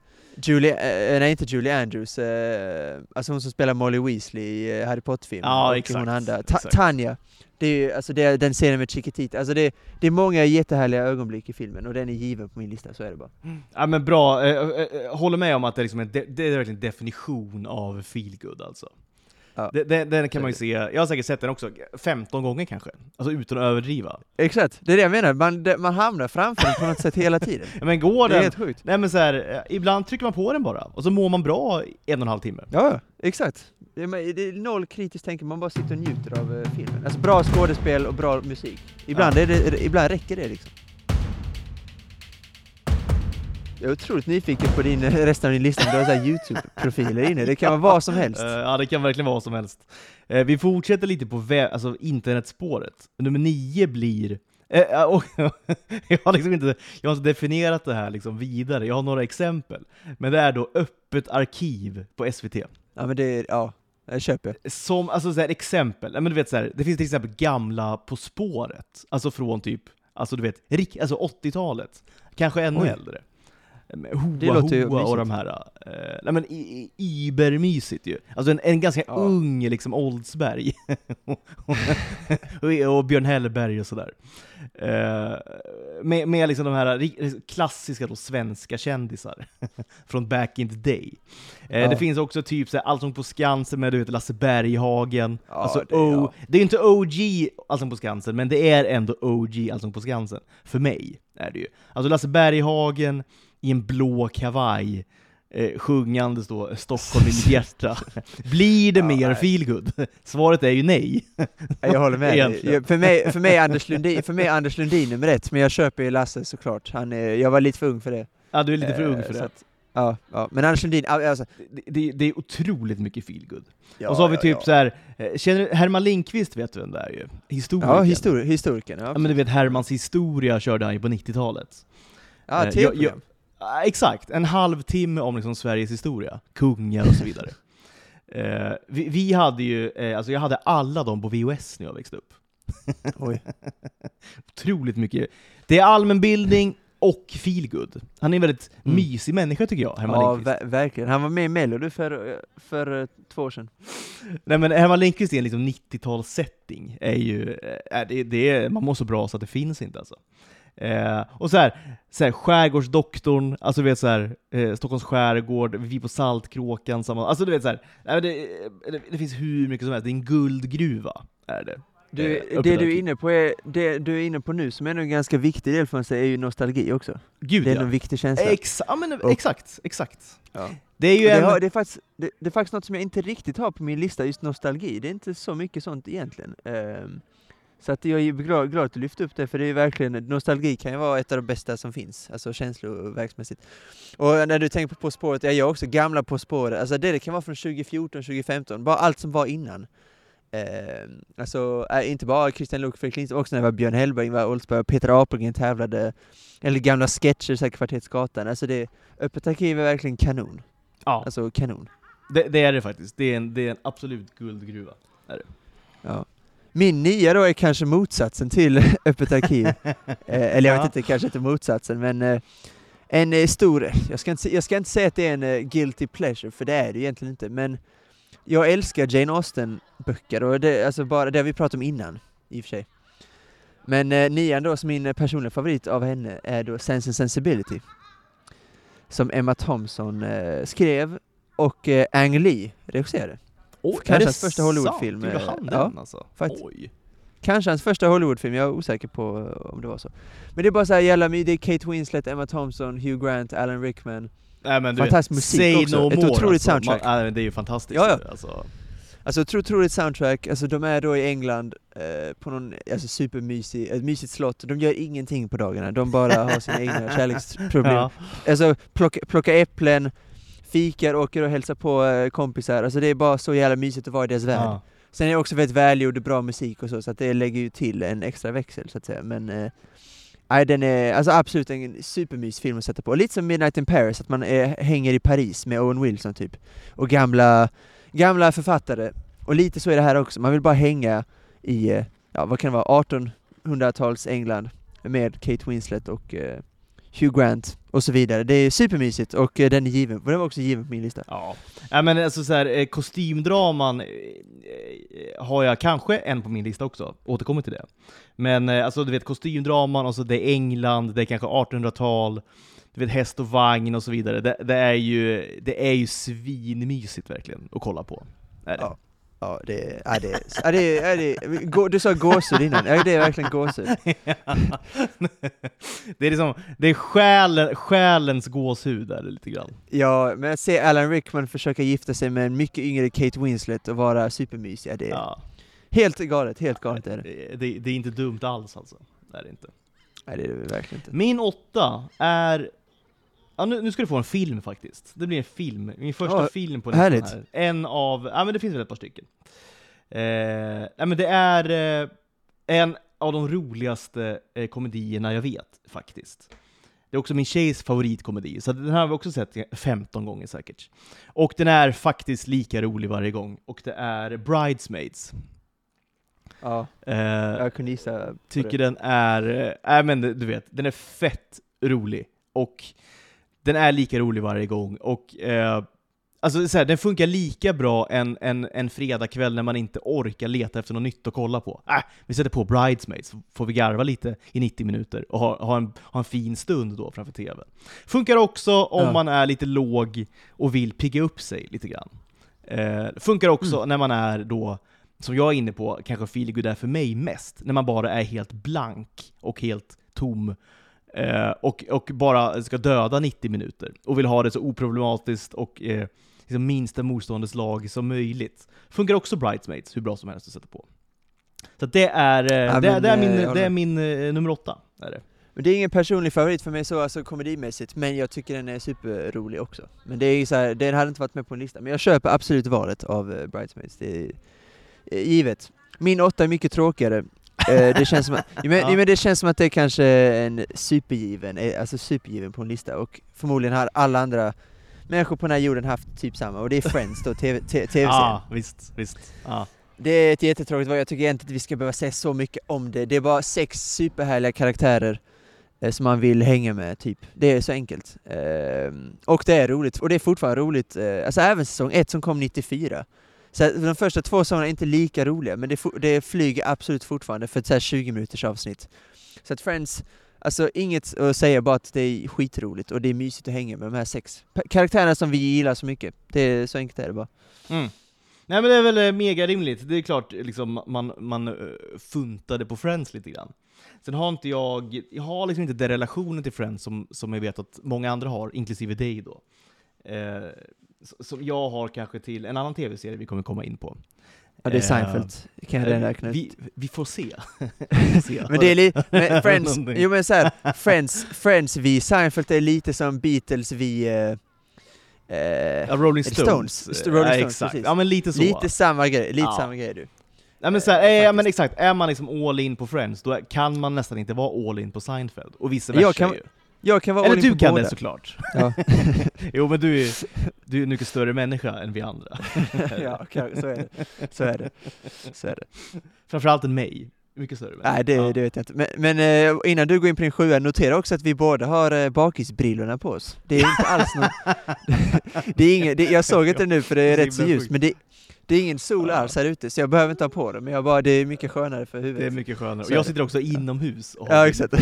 Inte Julie Andrews. Alltså hon som spelar Molly Weasley i Harry Potter-filmen. Ja, exakt. Tanya. Det är den scenen med Chiquitita. Alltså det är många jättehärliga ögonblick i filmen, och den är given på min lista, så är det bara. Ja, men bra. Håller med om att det är, liksom det är verkligen definition av feelgood alltså. Ja. Den kan man ju se. Jag har säkert sett den också 15 gånger kanske. Alltså utan att överdriva. Exakt, det är det jag menar. Man hamnar framför den på något sätt hela tiden. Ja, men går det är den? helt sjukt. Nej, men så här, ibland trycker man på den bara, och så mår man bra 1,5 timme. Ja, exakt. Det är noll kritiskt tänker, man bara sitter och njuter av filmen. Alltså bra skådespel och bra musik. Ibland räcker det liksom. Jag är otroligt nyfiken på resten av din lista. Du har så här YouTube-profiler inne. Det kan vara vad som helst. Ja, det kan verkligen vara vad som helst. Vi fortsätter lite på internetspåret. Nummer 9 blir... jag har inte definierat det här liksom vidare. Jag har några exempel. Men det är då öppet arkiv på SVT. Ja, men jag köper. Som, alltså så här, exempel. Men du vet så här, det finns till exempel gamla På spåret. Alltså från typ, alltså du vet, 80-talet. Kanske ännu äldre. Hoa och de här. Nej, men ibermysigt ju. Alltså en ganska ung liksom Oldsberg. och Björn Hellberg och sådär. Med liksom de här klassiska då, svenska kändisar från back in the day. Det finns också typ så här, Allsång på Skansen med, du vet, Lasse Berghagen. Det är inte OG Allsång på Skansen, men det är ändå OG Allsång på Skansen. För mig är det ju. Alltså Lasse Berghagen i en blå kavaj, sjungandes då Stockholm i mitt hjärta. Blir det mer feelgood? Svaret är ju nej. Jag håller med dig. För mig är Anders Lundin nummer 1, men jag köper ju Lasse såklart. Jag var lite för ung för det. Ja, du är lite för ung för det. Ja, men Anders Lundin, alltså. Det är otroligt mycket feelgood. Och så har vi typ så här, känner Herman Lindqvist, vet du vem det är ju? Historikern. Ja, men du vet, Hermans historia körde han ju på 90-talet. Ja, tv-program. Exakt, en halvtimme om liksom Sveriges historia, kungar och så vidare. Vi hade ju, alltså jag hade alla dem på VHS när jag växte upp. Oj. Otroligt mycket. Det är allmänbildning och feelgood. Han är en väldigt mysig människa tycker jag, Herman Lindqvist. Verkligen. Han var med i Melody för 2 år sedan. Nej, men Herman Lindqvist är en liksom 90-tals-setting. Är ju, man mår så bra så att det finns inte alltså. Och så här skärgårdsdoktorn, alltså du vet så här, Stockholms skärgård, vi på Saltkråkan, alltså du vet så här, det finns hur mycket som helst, det är en guldgruva är det. Det du är inne på du är inne på nu som är en ganska viktig del för sig är ju nostalgi också. Gud, det är en viktig känsla. Exakt. Ja. Det är ju det är faktiskt något som jag inte riktigt har på min lista, just nostalgi. Det är inte så mycket sånt egentligen. Så att jag är glad att du lyfte upp det, för det är verkligen, nostalgi kan ju vara ett av de bästa som finns, alltså känsloverksmässigt. Och när du tänker på spåret, är jag också gamla På spåret, alltså det kan vara från 2014, 2015, bara allt som var innan. Alltså inte bara Christian Luuk, Fredrik Lindström, också när det var Björn Hellberg, Ingvar Oldsberg och Peter Apelgren tävlade, eller gamla sketcher, så här Kvartersgatan, alltså det, Öppet arkiv är verkligen kanon. Ja. Alltså kanon. Det är det faktiskt. Det är en absolut guldgruva. Är det. Ja. Min nya då är kanske motsatsen till Öppet arkiv. Eller jag vet inte, kanske inte motsatsen, men en stor, jag ska inte säga att det är en guilty pleasure, för det är det egentligen inte, men jag älskar Jane Austen-böcker, och det, alltså bara det vi pratade om innan, i och för sig. Men nian då, som min personliga favorit av henne, är då Sense and Sensibility, som Emma Thompson skrev, och Ang Lee regisserade. Kanske hans första Hollywoodfilm. Gjorde han den alltså? Oj. Kanske hans första Hollywoodfilm, jag är osäker på om det var så. Men det är bara så här, det är Kate Winslet, Emma Thompson, Hugh Grant, Alan Rickman. Nej, men fantastisk musik också. No ett more, otroligt alltså. soundtrack. Det är ju fantastiskt. Ja. Alltså ett otroligt soundtrack. Alltså de är då i England på någon supermysig, ett mysigt slott. De gör ingenting på dagarna. De bara har sina egna kärleksproblem. Ja. Alltså plocka äpplen, fikar, åker och hälsar på kompisar. Alltså det är bara så jävla mysigt att vara i deras värld. Ja. Sen är det också väldigt välgjord och bra musik och så att det lägger ju till en extra växel, så att säga. Men den är alltså absolut en supermys film att sätta på. Lite som Midnight in Paris, att man hänger i Paris med Owen Wilson typ. Och gamla författare. Och lite så är det här också. Man vill bara hänga i, vad kan det vara, 1800-tals England med Kate Winslet och Hugh Grant och så vidare. Det är supermysigt, och den är given. Den var också given på min lista. Ja, men alltså så här, kostymdraman har jag kanske en på min lista också. Återkommer till det. Men alltså du vet, kostymdraman, alltså det är England, det är kanske 1800-tal, du vet, häst och vagn och så vidare. Det är ju svinmysigt verkligen att kolla på. Är det? Ja, du sa gåshud innan. Ja, det är verkligen gåshud. Det är liksom, det är själens gåshud där lite grann. Ja, men att se Alan Rickman försöka gifta sig med en mycket yngre Kate Winslet och vara supermysig, det är helt galet är det. Det är inte dumt alls alltså. Det är det inte. Nej, det är det verkligen inte. Min 8 är... Ja, nu ska du få en film faktiskt. Det blir en film. Min första film på listan här. En av... Ja, men det finns väl ett par stycken. Men det är en av de roligaste komedierna jag vet faktiskt. Det är också min tjejs favoritkomedi. Så den här har vi också sett 15 gånger säkert. Och den är faktiskt lika rolig varje gång. Och det är Bridesmaids. Ja, jag kunde gissa. Tycker den är... men du vet, den är fett rolig. Och den är lika rolig varje gång. Och alltså så här, den funkar lika bra en fredagkväll när man inte orkar leta efter något nytt att kolla på. Vi sätter på Bridesmaids, så får vi garva lite i 90 minuter och ha en fin stund då framför tv. Funkar också om man är lite låg och vill pigga upp sig lite grann. Funkar också när man är då, som jag är inne på, kanske feelgood är för mig mest, när man bara är helt blank och helt tom. Och bara ska döda 90 minuter och vill ha det så oproblematiskt och liksom minsta motståndets lag som möjligt. Funkar också Bridesmaids hur bra som helst att sätta på. Så det är min nummer 8 är det. Men det är ingen personlig favorit för mig så, alltså komedimässigt, men jag tycker den är superrolig också. Men det är så här, den hade inte varit med på en lista, men jag köper absolut valet av Bridesmaids. Det är givet. Min 8 är mycket tråkigare. Det känns som att, men det känns som att det är kanske en supergiven på en lista, och förmodligen har alla andra människor på den här jorden haft typ samma, och det är Friends då, tv-serien. Ja, visst. Ja. Det är ett jättetråkigt val. Jag tycker inte att vi ska behöva säga så mycket om det. Det är bara 6 superhärliga karaktärer som man vill hänga med typ. Det är så enkelt. Och det är roligt, och det är fortfarande roligt. Alltså även säsong 1 som kom 94. Så de första 2 säsongerna är inte lika roliga, men det flyger absolut fortfarande för ett så här 20 minuters avsnitt. Så att Friends, alltså inget att säga, bara att det är skitroligt och det är mysigt att hänga med de här 6 karaktärerna som vi gillar så mycket. Det är så enkelt är det bara. Nej, men det är väl mega rimligt. Det är klart liksom man funtade på Friends lite grann. Sen har inte jag har liksom inte den relationen till Friends som jag vet att många andra har, inklusive dig då. Som jag har kanske till en annan tv-serie vi kommer komma in på. Ja, det är Seinfeld. Det kan jag redan räkna ut. Vi får se. Men det är lite... Friends, jo men så här, Friends vi Seinfeld är lite som Beatles vi... Rolling Stones. Exakt. Ja, men lite så. Lite samma grej, samma grej du. Ja, men så här, men exakt, är man liksom all in på Friends, då kan man nästan inte vara all in på Seinfeld. Och vice versa. Jag kan vara eller all in du på kan båda. det såklart. Ja. Jo, men du är en mycket större människa än vi andra. Ja, så är det. Framförallt än mig. Mycket större människa. Nej, det vet jag inte. Men innan du går in på din 7, notera också att vi båda har bakisbrillorna på oss. Det är inte alls någon... det är inget, jag såg inte nu för det är rätt så ljust, men det är ingen sol alls här ute, så jag behöver inte ha på det, men det är mycket skönare för huvudet. Det är mycket skönare. Och jag sitter också inomhus. Och ja, exakt.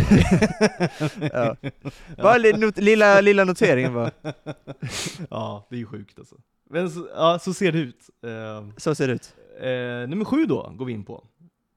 Ja. Bara lilla noteringen bara. Ja, det är ju sjukt alltså. Men så ser det ut. Så ser det ut. Nummer 7 då, går vi in på.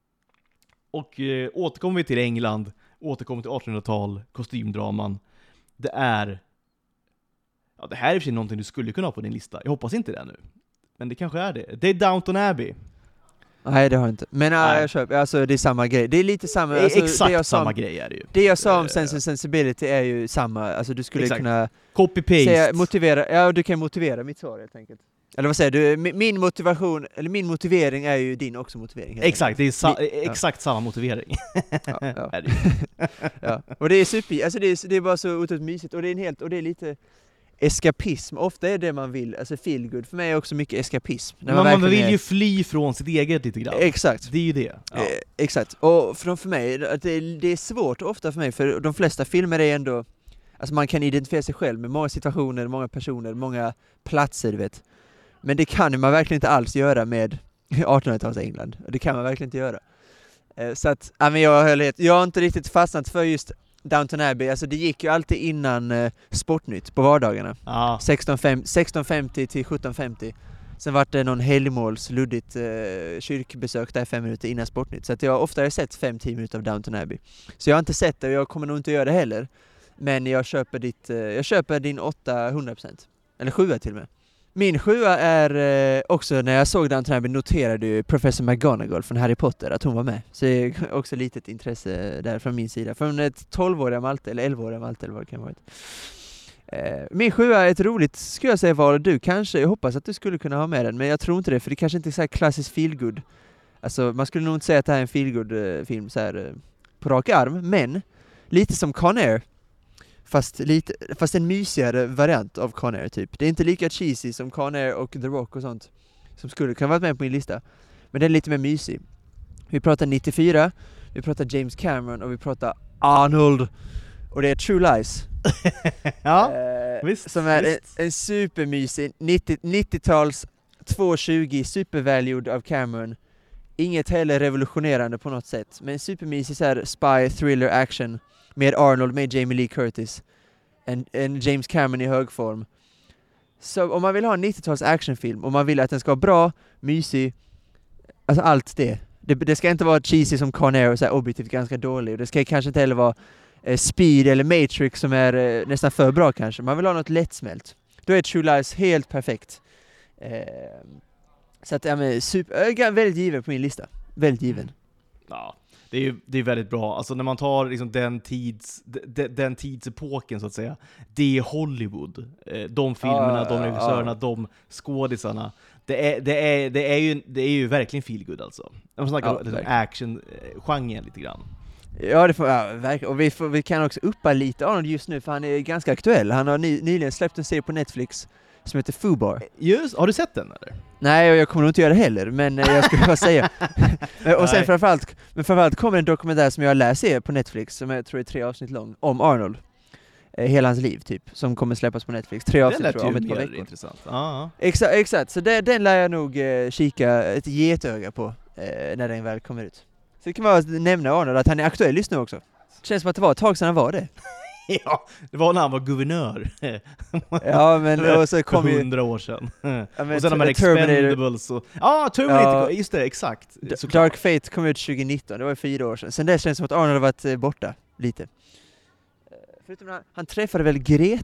Och återkommer vi till England, återkommer till 1800-tal, kostymdraman. Det här är i och för sig någonting du skulle kunna ha på din lista. Jag hoppas inte det nu. Men det kanske är det. Det är Downton Abbey. Nej, det har jag inte. Men jag köper, alltså det är samma grej. Det är lite samma... Alltså, exakt samma grej är det ju. Det jag sa om Sense and Sensibility är ju samma. Alltså du skulle kunna... Copy-paste. Motivera, du kan motivera mitt svar helt enkelt. Eller vad säger du? Min motivation, eller min motivering är ju din också motivering. Exakt, det är exakt samma motivering. Ja. Ja. Och det är super, alltså det är bara så otroligt mysigt. Och det är lite... eskapism, ofta är det man vill, alltså feel good. För mig är också mycket eskapism. När man vill ju fly från sitt eget lite grann. Exakt. Det är ju det. Ja. Exakt. Och för mig, det är svårt ofta för mig, för de flesta filmer är ändå, alltså man kan identifiera sig själv med många situationer, många personer, många platser, du vet. Men det kan man verkligen inte alls göra med 1800-tals England. Det kan man verkligen inte göra. Så att, jag har inte riktigt fastnat för just Downton Abbey, alltså det gick ju alltid innan Sportnytt på vardagarna. 16:50 till 17:50. Sen var det någon helgmåls luddigt kyrkbesök där 5 minuter innan Sportnytt. Så att jag har oftare sett 5-10 minuter av Downton Abbey. Så jag har inte sett det och jag kommer nog inte göra det heller. Men jag köper din 800%. Eller 7 till och med. Min 7 är också, när jag såg Downton Abbey noterade ju Professor McGonagall från Harry Potter att hon var med. Så det är också litet intresse där från min sida. Från ett 12-åriga Malte, eller 11-åriga Malte eller vad det kan vara. Min 7 är ett roligt, skulle jag säga, val. Du kanske, jag hoppas att du skulle kunna ha med den, men jag tror inte det, för det kanske inte är så här klassisk feelgood. Alltså man skulle nog inte säga att det här är en feelgood film så här på rak arm, men lite som Con Air. Fast en mysigare variant av Con Air typ. Det är inte lika cheesy som Con Air och The Rock och sånt som skulle kunna vara med på min lista. Men den är lite mer mysig. Vi pratar 94, vi pratar James Cameron och vi pratar Arnold. Och det är True Lies. Ja, visst. Som är en supermysig 90-tals 220 supervalued av Cameron. Inget heller revolutionerande på något sätt, men supermysig så här spy, thriller, action med Arnold, med Jamie Lee Curtis, en James Cameron i hög form. Så om man vill ha en 90-tals actionfilm, om man vill att den ska vara bra, mysig, alltså allt det ska inte vara cheesy som Con Air och så här objektivt ganska dålig. Det ska kanske inte heller vara Speed eller Matrix som är nästan för bra kanske. Man vill ha något lättsmält. Då är True Lies helt perfekt. Så att väldigt given på min lista. Väldigt given. Ja, det är väldigt bra. Alltså när man tar liksom den tidsepoken så att säga. Det är Hollywood. De filmerna, de regissörerna, de skådisarna. Det är ju verkligen feel good alltså. Man snackar liksom action-genren lite grann. Ja, det får verkligen. Och vi kan också uppa lite Arnold just nu, för han är ganska aktuell. Han har nyligen släppt en serie på Netflix som heter Fubar. Just, har du sett den eller? Nej, och jag kommer nog inte göra det heller, men jag skulle bara säga. Och sen framförallt kommer en dokumentär som jag läser på Netflix, som jag tror är 3 avsnitt lång, om Arnold. Hela hans liv typ, som kommer släppas på Netflix. 3 avsnitt tror jag, om ett par veckor. Intressant. Exakt, så den lär jag nog kika ett getöga på när den väl kommer ut. Så det kan vara nämna Arnold att han är aktuell just nu också. Det känns som att det var ett tag sedan han var det. Ja, det var när han var guvernör. Ja, men och så kom ju 100 år sedan. Ja, och sen har man Expendables och Terminator, just det, exakt. Dark Fate kom ut 2019, det var 4 år sedan. Sen det känns som att Arnold har varit borta lite. Förutom han träffade väl Greta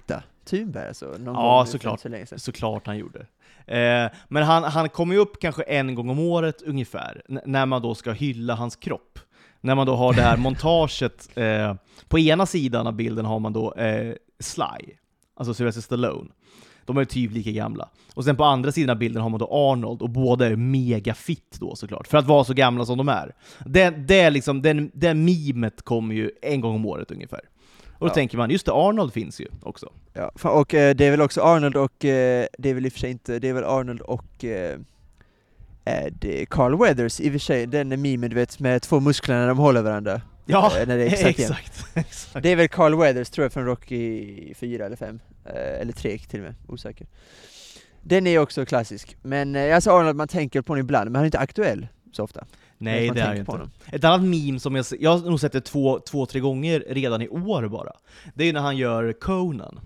Thunberg alltså, någon Ja, gång såklart. så länge sedan. Såklart han gjorde. Men han kommer ju upp kanske en gång om året ungefär, när man då ska hylla hans kropp. När man då har det här montaget, på ena sidan av bilden har man då Sly, alltså Sylvester Stallone. De är typ lika gamla. Och sen på andra sidan av bilden har man då Arnold, och båda är mega fit då såklart, för att vara så gamla som de är. Det är liksom, den memet kommer ju en gång om året ungefär. Och då tänker man, just det, Arnold finns ju också. Ja, och det är väl också Arnold och det är väl i och för sig inte, det är väl Arnold och det är Carl Weathers i och för sig, den memen du vet med två muskler när de håller varandra. Ja, när det är exakt. Det är väl Carl Weathers tror jag från Rocky 4 eller 5 eller 3 till och med, osäker. Den är också klassisk, men alltså Arnold man tänker på honom ibland, men han är inte aktuell så ofta. Nej, det är ju inte. Ett annat meme som jag har nog sett det 2-3 gånger redan i år bara. Det är ju när han gör Conan.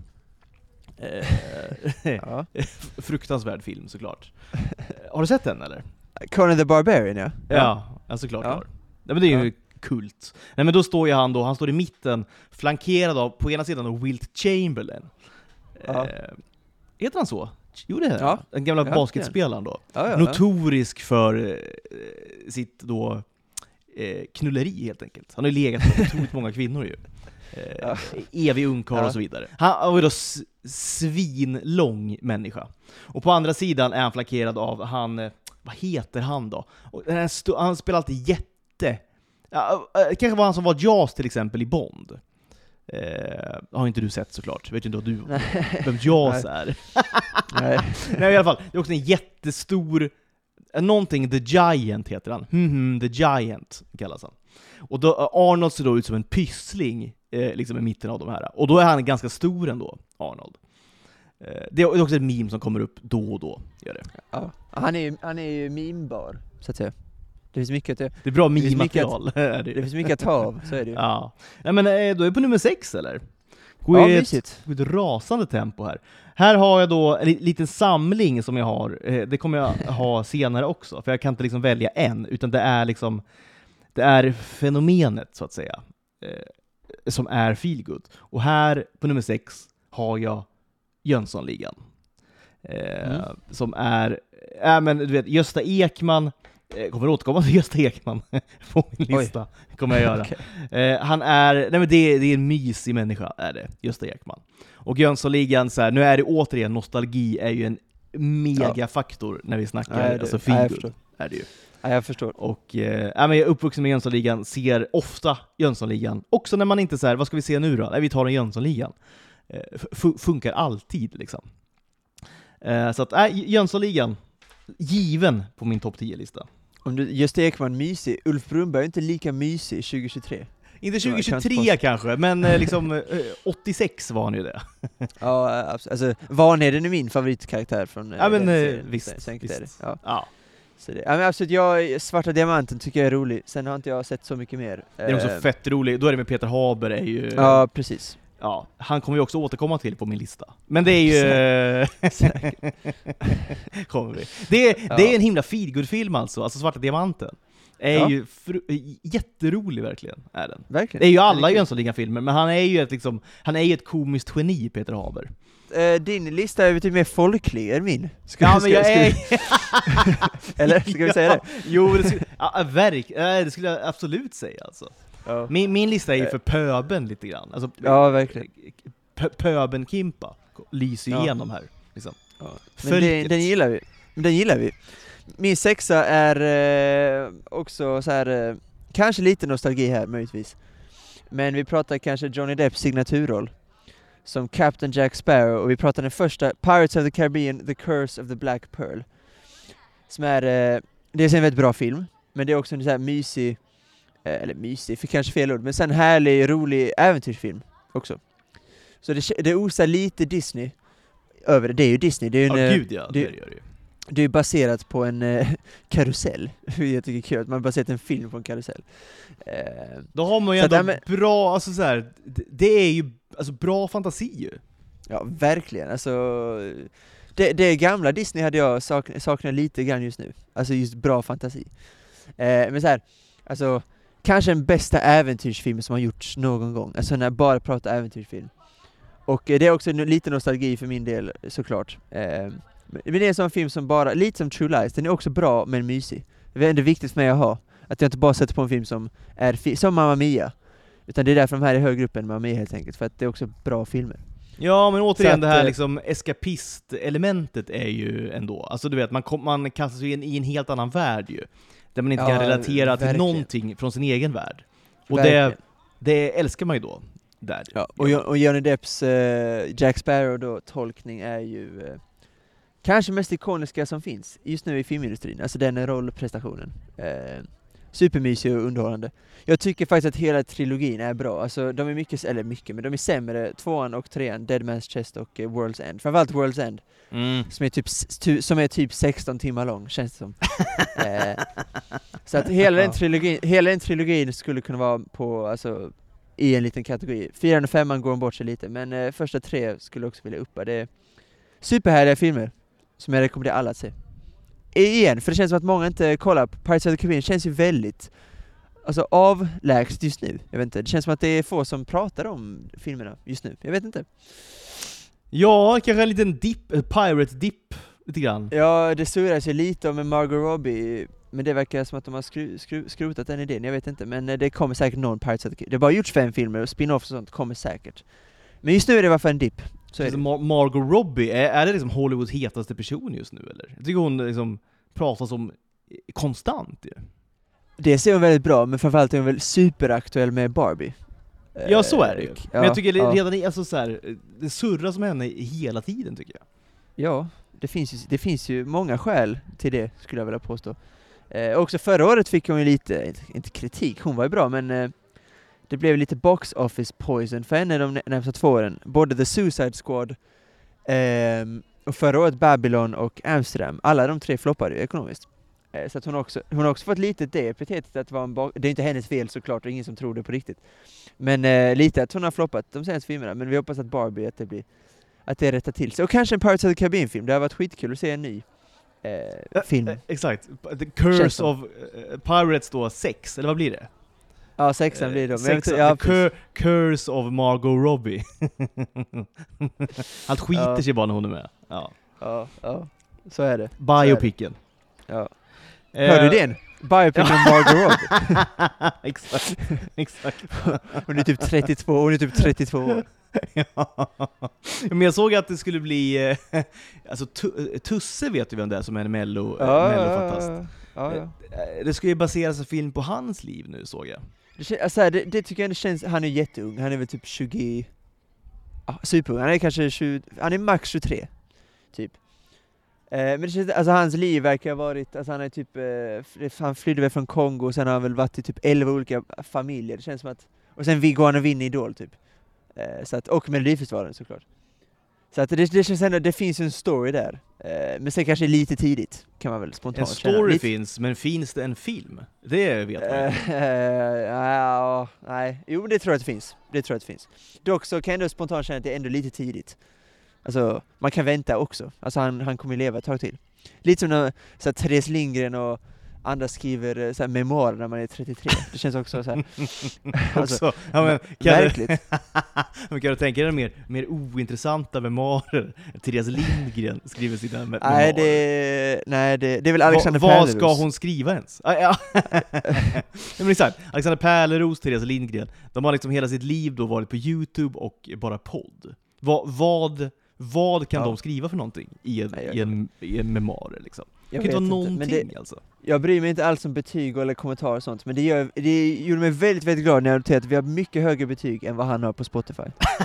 Fruktansvärd film såklart. Har du sett den eller? Conan the Barbarian, Ja, såklart har. Ja, men det är ju kult. Nej, men då står ju han står i mitten, flankerad av på ena sidan av Wilt Chamberlain. Heter han så? Jo, det är det. Den gamla basketspelaren då. Notorisk för sitt då knulleri helt enkelt. Han har ju legat med otroligt många kvinnor ju. Evig ungkarl och så vidare. Han var ju då svinlång människa. Och på andra sidan är han flankerad av vad heter han då? Och han spelar alltid kanske var han som var Jaws till exempel i Bond. Har inte du sett såklart. Vet inte vem Jaws är. Nej, i alla fall. Det är också en jättestor någonting, The Giant heter han. The Giant kallas han. Och då Arnold ser då ut som en pyssling liksom i mitten av de här. Och då är han ganska stor ändå, Arnold. Det är också ett meme som kommer upp då och då. Gör det. Ja. Han är ju memebar, så att säga. Det finns mycket det är bra meme-material. Det finns mycket att ta av, så är det ju. Ja. Nej, men då är på nummer 6 eller? Gå i ett rasande tempo här. Här har jag då en liten samling som jag har. Det kommer jag ha senare också. För jag kan inte liksom välja en. Utan det är liksom, det är fenomenet så att säga. Som är feelgood. Och här på nummer 6 har jag Jönssonligan. Som är, men du vet, Gösta Ekman. Kommer återkomma till Gösta Ekman på min lista. Kommer jag göra. Okay. Han är, nej men det är en mysig människa är det, Gösta Ekman. Och Jönssonligan så här, nu är det återigen, nostalgi är ju en megafaktor när vi snackar alltså feelgood är det ju. Ja, jag förstår. Och men jag är uppvuxen med Jönssonligan, ser ofta Jönssonligan. Också när man inte så här, vad ska vi se nu då? Nej, vi tar en Jönssonligan. Funkar alltid liksom. Så att Jönssonligan given på min topp 10-lista. Om du Gösta Ekman mysig, Ulf Brunnberg är inte lika mysig 2023. Inte 2023 kanske, men liksom 86 var han ju det. Ja, absolut. Alltså, Vanheden är min favoritkaraktär från visst. Ja. Så det, men absolut, Svarta Diamanten tycker jag är rolig. Sen har inte jag sett så mycket mer. Det är också fett rolig. Då är det med Peter Haber är ju... Ja, precis. Ja, han kommer ju också återkomma till på min lista. Men det är ju... kommer vi. Det är en himla feelgood-film alltså Svarta Diamanten. Är ju jätterolig verkligen, är den. Verkligen. Det är ju alla Jönssonligan-filmer, men han är ju ett komiskt geni, Peter Haber. Din lista är ju mer folklig än min. Eller ska vi säga det? Jo, det skulle jag absolut säga alltså. Ja. Min lista är ju för pöben lite grann. Alltså, ja, verkligen. Pöben-kimpa lyser igenom här. Liksom. Ja. Men den gillar vi. Min 6 är också så här, kanske lite nostalgi här möjligtvis. Men vi pratar kanske Johnny Depps signaturroll som Captain Jack Sparrow, och vi pratar den första Pirates of the Caribbean, The Curse of the Black Pearl. Som är det är en väldigt bra film, men det är också en så här mysig, eller mysig för kanske fel ord, men sen härlig, rolig äventyrsfilm också. Så det osar lite Disney över det. Det är ju Disney. Det är ju det gör det ju. Det är baserat på en karusell. Jag tycker det är kul att man baserat en film på en karusell. Då har man ju ändå bra, alltså så här, det är ju alltså bra fantasi ju. Ja, verkligen. Alltså det gamla Disney hade jag saknar lite grann just nu. Alltså just bra fantasi. Men så här, alltså kanske den bästa äventyrsfilm som har gjorts någon gång. Alltså när jag bara pratar äventyrsfilm. Och det är också lite nostalgi för min del, såklart. Men det är en sån film som bara, lite som True Lies, den är också bra men mysig. Det är ändå viktigt för mig att ha. Att jag inte bara sätter på en film som är som Mamma Mia. Utan det är därför de här är högre upp än Mamma Mia helt enkelt. För att det är också bra filmer. Ja, men återigen att, det här liksom eskapist-elementet är ju ändå, alltså du vet, man kastar sig in i en helt annan värld ju. Där man inte kan relatera till någonting från sin egen värld. Och det älskar man ju då. Där. Ja, och Johnny Depps Jack Sparrow då, tolkning är ju kanske mest ikoniska som finns just nu i filmindustrin. Alltså den rollprestationen. Supermysig och underhållande. Jag tycker faktiskt att hela trilogin är bra. Alltså de är men de är sämre. 2:an och 3:an, Dead Man's Chest och World's End. Framförallt World's End. Som är typ 16 timmar lång, känns det som. Så att hela den trilogin skulle kunna vara på, alltså, i en liten kategori. 4:an och 5:an går bort sig lite, men första 3 skulle också vilja uppa. Det är superhärliga filmer som jag rekommenderar alla att se. Igen, för det känns som att många inte kollar på Pirates of the Caribbean. Känns ju väldigt avlägset just nu. Jag vet inte, det känns som att det är få som pratar om filmerna just nu. Jag vet inte. Ja, kanske en liten pirate-dip lite grann. Ja, det surras ju lite om med Margot Robbie, men det verkar som att de har skrotat den idén. Jag vet inte, men det kommer säkert någon Pirates of the Caribbean. Det har bara gjorts 5 filmer och spin-offs och sånt kommer säkert. Men just nu är det i alla fall en dipp. Margot Robbie, är det liksom Hollywoods hetaste person just nu eller? Jag tycker hon liksom pratas om konstant. Ja. Det ser hon väldigt bra, men framförallt är hon väl superaktuell med Barbie. Ja, så är det ju. Men jag tycker redan alltså så här, det surras med henne hela tiden tycker jag. Ja, det finns ju många skäl till det, skulle jag vilja påstå. Också förra året fick hon ju lite, inte kritik, hon var ju bra, men det blev lite box office poison för henne de närmsta 2 åren. Både The Suicide Squad och förra året Babylon och Amsterdam. Alla de 3 floppade ju ekonomiskt. Så att hon har också fått lite det epitetet att vara det är inte hennes fel såklart och ingen som tror det på riktigt. Men lite att hon har floppat de senaste filmerna. Men vi hoppas att Barbie, att det rättar till sig. Och kanske en Pirates of the Caribbean-film. Det har varit skitkul att se en ny film. Exakt. The Curse of Pirates då 6, eller vad blir det? Ja, 6:an blir det. Curse of Margot Robbie. Allt skiter sig bara när hon är med. Ja, så är det. Biopicken. Ja. Hör du den? Biopic om Margot Robbie. Exakt. Hon är typ 32 år. Ja. Men jag såg att det skulle bli alltså Tusse vet du vem det är som är en Mello-fantast. Ja. Det ska ju baseras en film på hans liv nu, såg jag. Det tycker jag ändå känns, han är jätteung, han är väl typ 20, superung, han är kanske 20, han är max 23 typ. Men det känns, alltså hans liv verkar ha varit, alltså han är typ, han flydde väl från Kongo och sen har han väl varit i typ 11 olika familjer, det känns som att, och sen går han och vinner Idol typ. Så att, och Melodifestivalen såklart. Så att det känns ändå, det finns en story där. Men sen kanske lite tidigt, kan man väl spontant känna. En story finns, men finns det en film? Det vet man nej. Jo, det tror jag att det finns. Dock så kan jag ändå spontant känna att det är ändå lite tidigt. Alltså, man kan vänta också. Alltså han kommer leva ett tag till. Lite som när så här, Therese Lindgren och andra skriver så här, memoarer när man är 33. Det känns också så här. Alltså, men, verkligt. Men kan du tänka dig mer ointressanta memoarer? Therese Lindgren skriver sina memoarer. Nej, det är väl Alexander Pärleros. Vad ska hon skriva ens? Men exakt, Alexander Pärleros, Therese Lindgren. De har liksom hela sitt liv då varit på YouTube och bara podd. Vad kan de skriva för någonting i en memoar liksom? Det kan inte vara någonting alltså. Jag bryr mig inte alls om betyg eller kommentarer och sånt, men det gjorde mig väldigt, väldigt glad när jag noterade att vi har mycket högre betyg än vad han har på Spotify.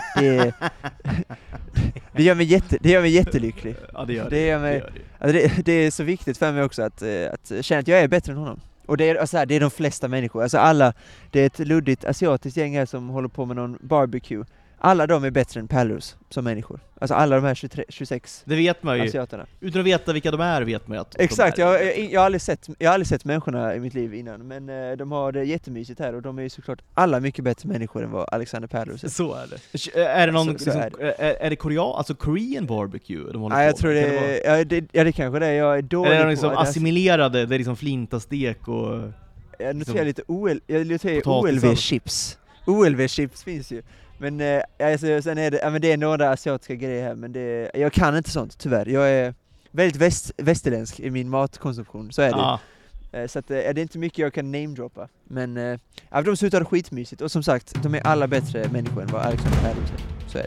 Det gör mig jättelycklig. Ja, det är så viktigt för mig också att känna att jag är bättre än honom. Och det är de flesta människor. Alltså alla, det är ett luddigt asiatiskt gäng här som håller på med någon barbecue. Alla de är bättre än Pärleros som människor. Alltså alla de här 26 det vet man ju. Asiaterna. Utan att veta vilka de är vet man ju att exakt, jag har aldrig sett människorna i mitt liv innan. Men de har det jättemysigt här och de är ju såklart alla mycket bättre människor än vad Alexander Pärleros är. Så är det. Är det någon är det Korean barbecue de håller på? Jag tror det kanske det är. Jag är dålig eller liksom assimilerade, det är liksom flintastek och jag noterar lite OLV-chips. OLV-chips finns ju. Men alltså, sen är det, ja, men det är några asiatiska grejer här, men jag kan inte sånt tyvärr. Jag är väldigt västerländsk i min matkonsumtion, så är det. Så att, det är inte mycket jag kan namedroppa. Men de slutar skitmysigt, och som sagt, de är alla bättre människor än vad Alexander Pärlros är. Så är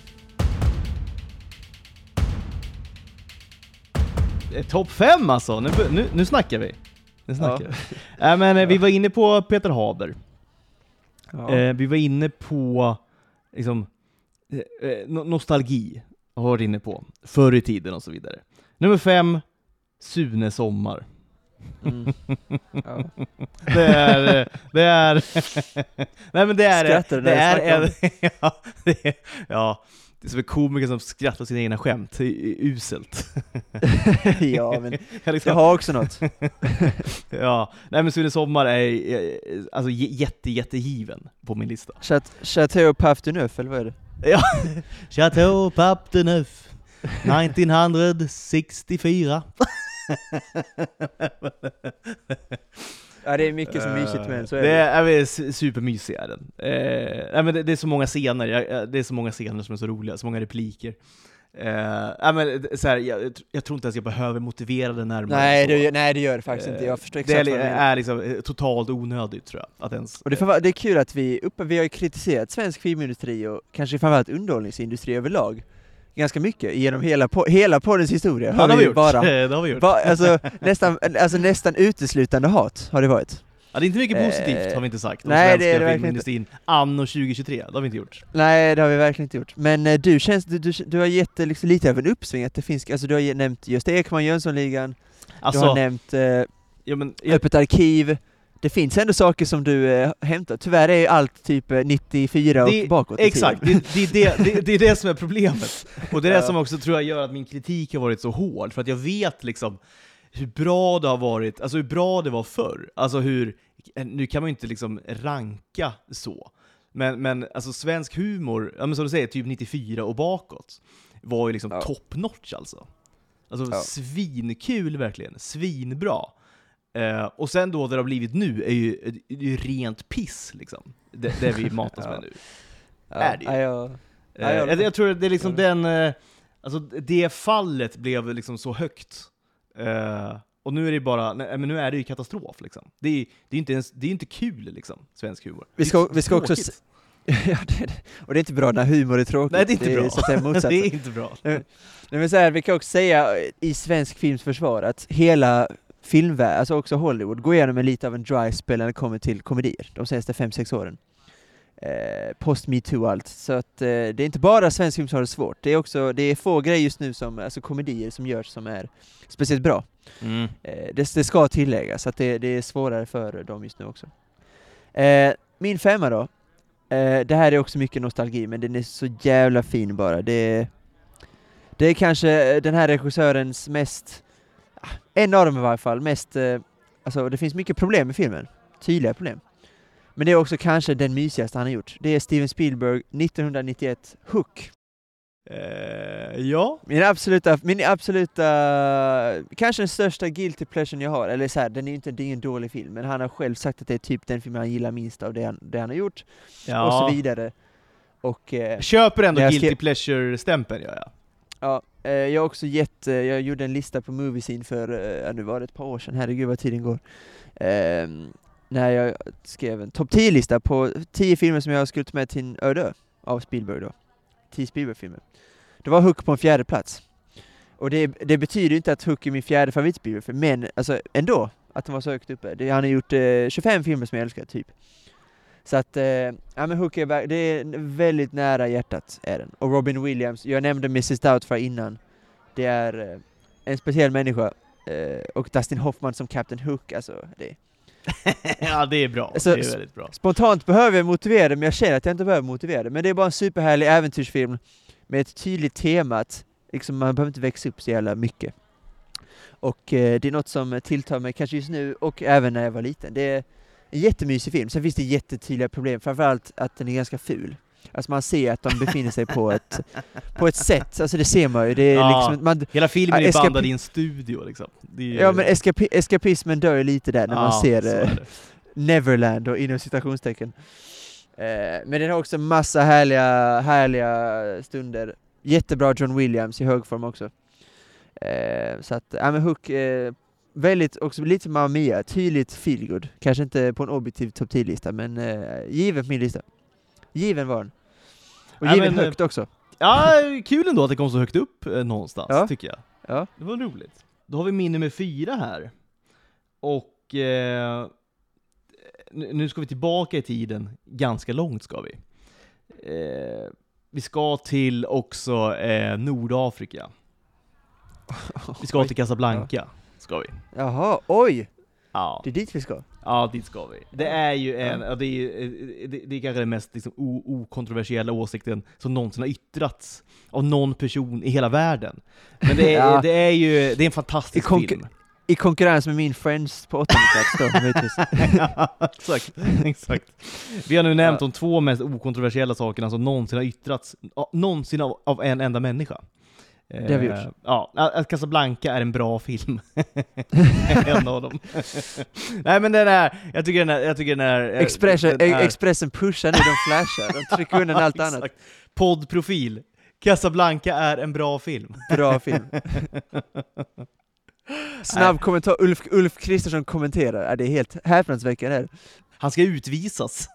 det. Topp 5 alltså, nu snackar vi. Men vi var inne på Peter Haber. Ja. Vi var inne på liksom, nostalgi, har varit inne på förr i tiden och så vidare. Nummer 5, Sune Sommar. Ja. Det är nej, men det är som en komiker som skrattar sina egna skämt. Det är uselt. Ja, men jag har också något. Ja, nej, men Sune Sommar är alltså jättegiven på min lista. Chateau Pape de Neuf, eller vad är det? Ja, Chateau Pape de Neuf 1964. Ja, det är mycket som mysigt med den, så är det är supermysig är den. Men det är så många scener, det är så många scener som är så roliga, så många repliker. Men så här, jag tror inte ens jag behöver motivera det närmare. Nej, det gör det faktiskt inte. Jag förstår exakt. Det är liksom totalt onödigt, tror jag. Att ens, och det är kul att vi har ju kritiserat svensk filmindustri och kanske framförallt underhållningsindustri överlag ganska mycket genom hela poddens historia. Ja, det har vi gjort. Nästan uteslutande hat har det varit. Ja, det är inte mycket positivt, har vi inte sagt. Nej, det är det filmindustrin anno 2023, det har vi inte gjort. Nej, det har vi verkligen inte gjort. Men du har gett liksom lite av en uppsving att det finns, alltså du har nämnt just Ekman, Jönssonligan, du har nämnt Öppet arkiv. Det finns ändå saker som du hämtar. Tyvärr är allt typ 94 och bakåt. Exakt, det är det som är problemet. Och det är det som också tror jag gör att min kritik har varit så hård. För att jag vet liksom hur bra det har varit, alltså hur bra det var förr. Alltså nu kan man ju inte liksom ranka så. Men alltså svensk humor, ja, men som du säger, typ 94 och bakåt var ju liksom top notch alltså. Alltså svinkul verkligen, svinbra. Och sen då det har blivit nu är ju rent piss liksom. Det vi matas med nu. Är det ju. Jag tror att det är liksom alltså det fallet blev liksom så högt. Och nu är det bara, men nu är det ju katastrof liksom. Det är inte kul liksom, svensk humor. Vi ska också och det är inte bra när humor är tråkigt. Nej, det är inte bra. Så att det är inte bra. Nej, men så här, vi kan också säga i svensk films försvar att hela filmvärld, alltså också Hollywood, går igenom lite av en dry spell när det kommer till komedier de senaste 5-6 åren. Post Me Too allt. Så att det är inte bara svensk film som har det svårt. Det är få grejer just nu som, alltså komedier som görs som är speciellt bra. Det ska tilläggas att det är svårare för dem just nu också. Min 5 då. Det här är också mycket nostalgi, men den är så jävla fin bara. Det är kanske den här regissörens mest, en av dem i varje fall, mest, alltså det finns mycket problem med filmen. Tydliga problem. Men det är också kanske den mysigaste han har gjort. Det är Steven Spielberg 1991 Hook. Ja. Min absoluta kanske den största guilty pleasure jag har. Eller så här, det är ingen dålig film, men han har själv sagt att det är typ den film han gillar minst av det han har gjort. Ja. Och så vidare. Och köper ändå guilty pleasure-stämpeln, ja. Ja, jag har också jag gjorde en lista på Moviescene för nu var det ett par år sedan. Herregud vad tiden går. När jag skrev en topp 10-lista på 10 filmer som jag skulle ta med till en öde av Spielberg då. 10 Spielberg-filmer. Det var Hook på en 4:e plats. Och det betyder inte att Hook är min 4:e favorit Spielberg-film, men alltså ändå att den var så högt uppe. Han har gjort 25 filmer som jag älskar typ. Så att men Hook det är väldigt nära hjärtat är den. Och Robin Williams, jag nämnde Mrs. Doubtfire innan. Det är en speciell människa och Dustin Hoffman som Captain Hook, alltså det. Ja, det är bra. Alltså, det är väldigt bra. Spontant behöver jag motivera det, men jag känner att jag inte behöver motivera det. Men det är bara en superhärlig äventyrsfilm med ett tydligt tema att liksom, man behöver inte växa upp så jävla mycket. Och det är något som tilltar mig kanske just nu och även när jag var liten. Det är en jättemysig film. Sen finns det jättetydliga problem, framförallt att den är ganska ful. Alltså man ser att de befinner sig på ett sätt, alltså det ser man ju. Det är liksom, hela filmen är bandad i en studio liksom. Ja, men eskapismen dör lite där när man ser Neverland och inom citationstecken. Men den har också massa härliga stunder. Jättebra John Williams i hög form också. Så att, men Hook, väldigt, också lite som Mamma Mia, tydligt feelgood. Kanske inte på en objektiv topp 10-lista, men given på min lista. Given var den. Och given högt också. Ja, kul ändå att det kom så högt upp någonstans, tycker jag. Ja. Det var roligt. Då har vi min nummer 4 här. Och nu ska vi tillbaka i tiden. Ganska långt ska vi. Vi ska till också Nordafrika. Vi ska till Casablanca. Ska vi. Jaha, oj! Ja. Det är dit vi ska. Ja, dit ska vi. Det är ju det är kanske den mest liksom, okontroversiella åsikten som någonsin har yttrats av någon person i hela världen. Men det är en fantastisk film. I konkurrens med min Friends på 80-talet då, exakt. Vi har nu nämnt de 2 mest okontroversiella sakerna som någonsin har yttrats någonsin av en enda människa. Det har vi gjort. Ja, att Casablanca är en bra film. En av dem. Nej, men jag tycker den är Expressen pushar nu, de flashar. De trycker undan allt annat. Poddprofil. Casablanca är en bra film. Bra film. Snabb kommentar. Ulf Kristersson kommenterar. Det är helt häpnadsväckande här. Han ska utvisas.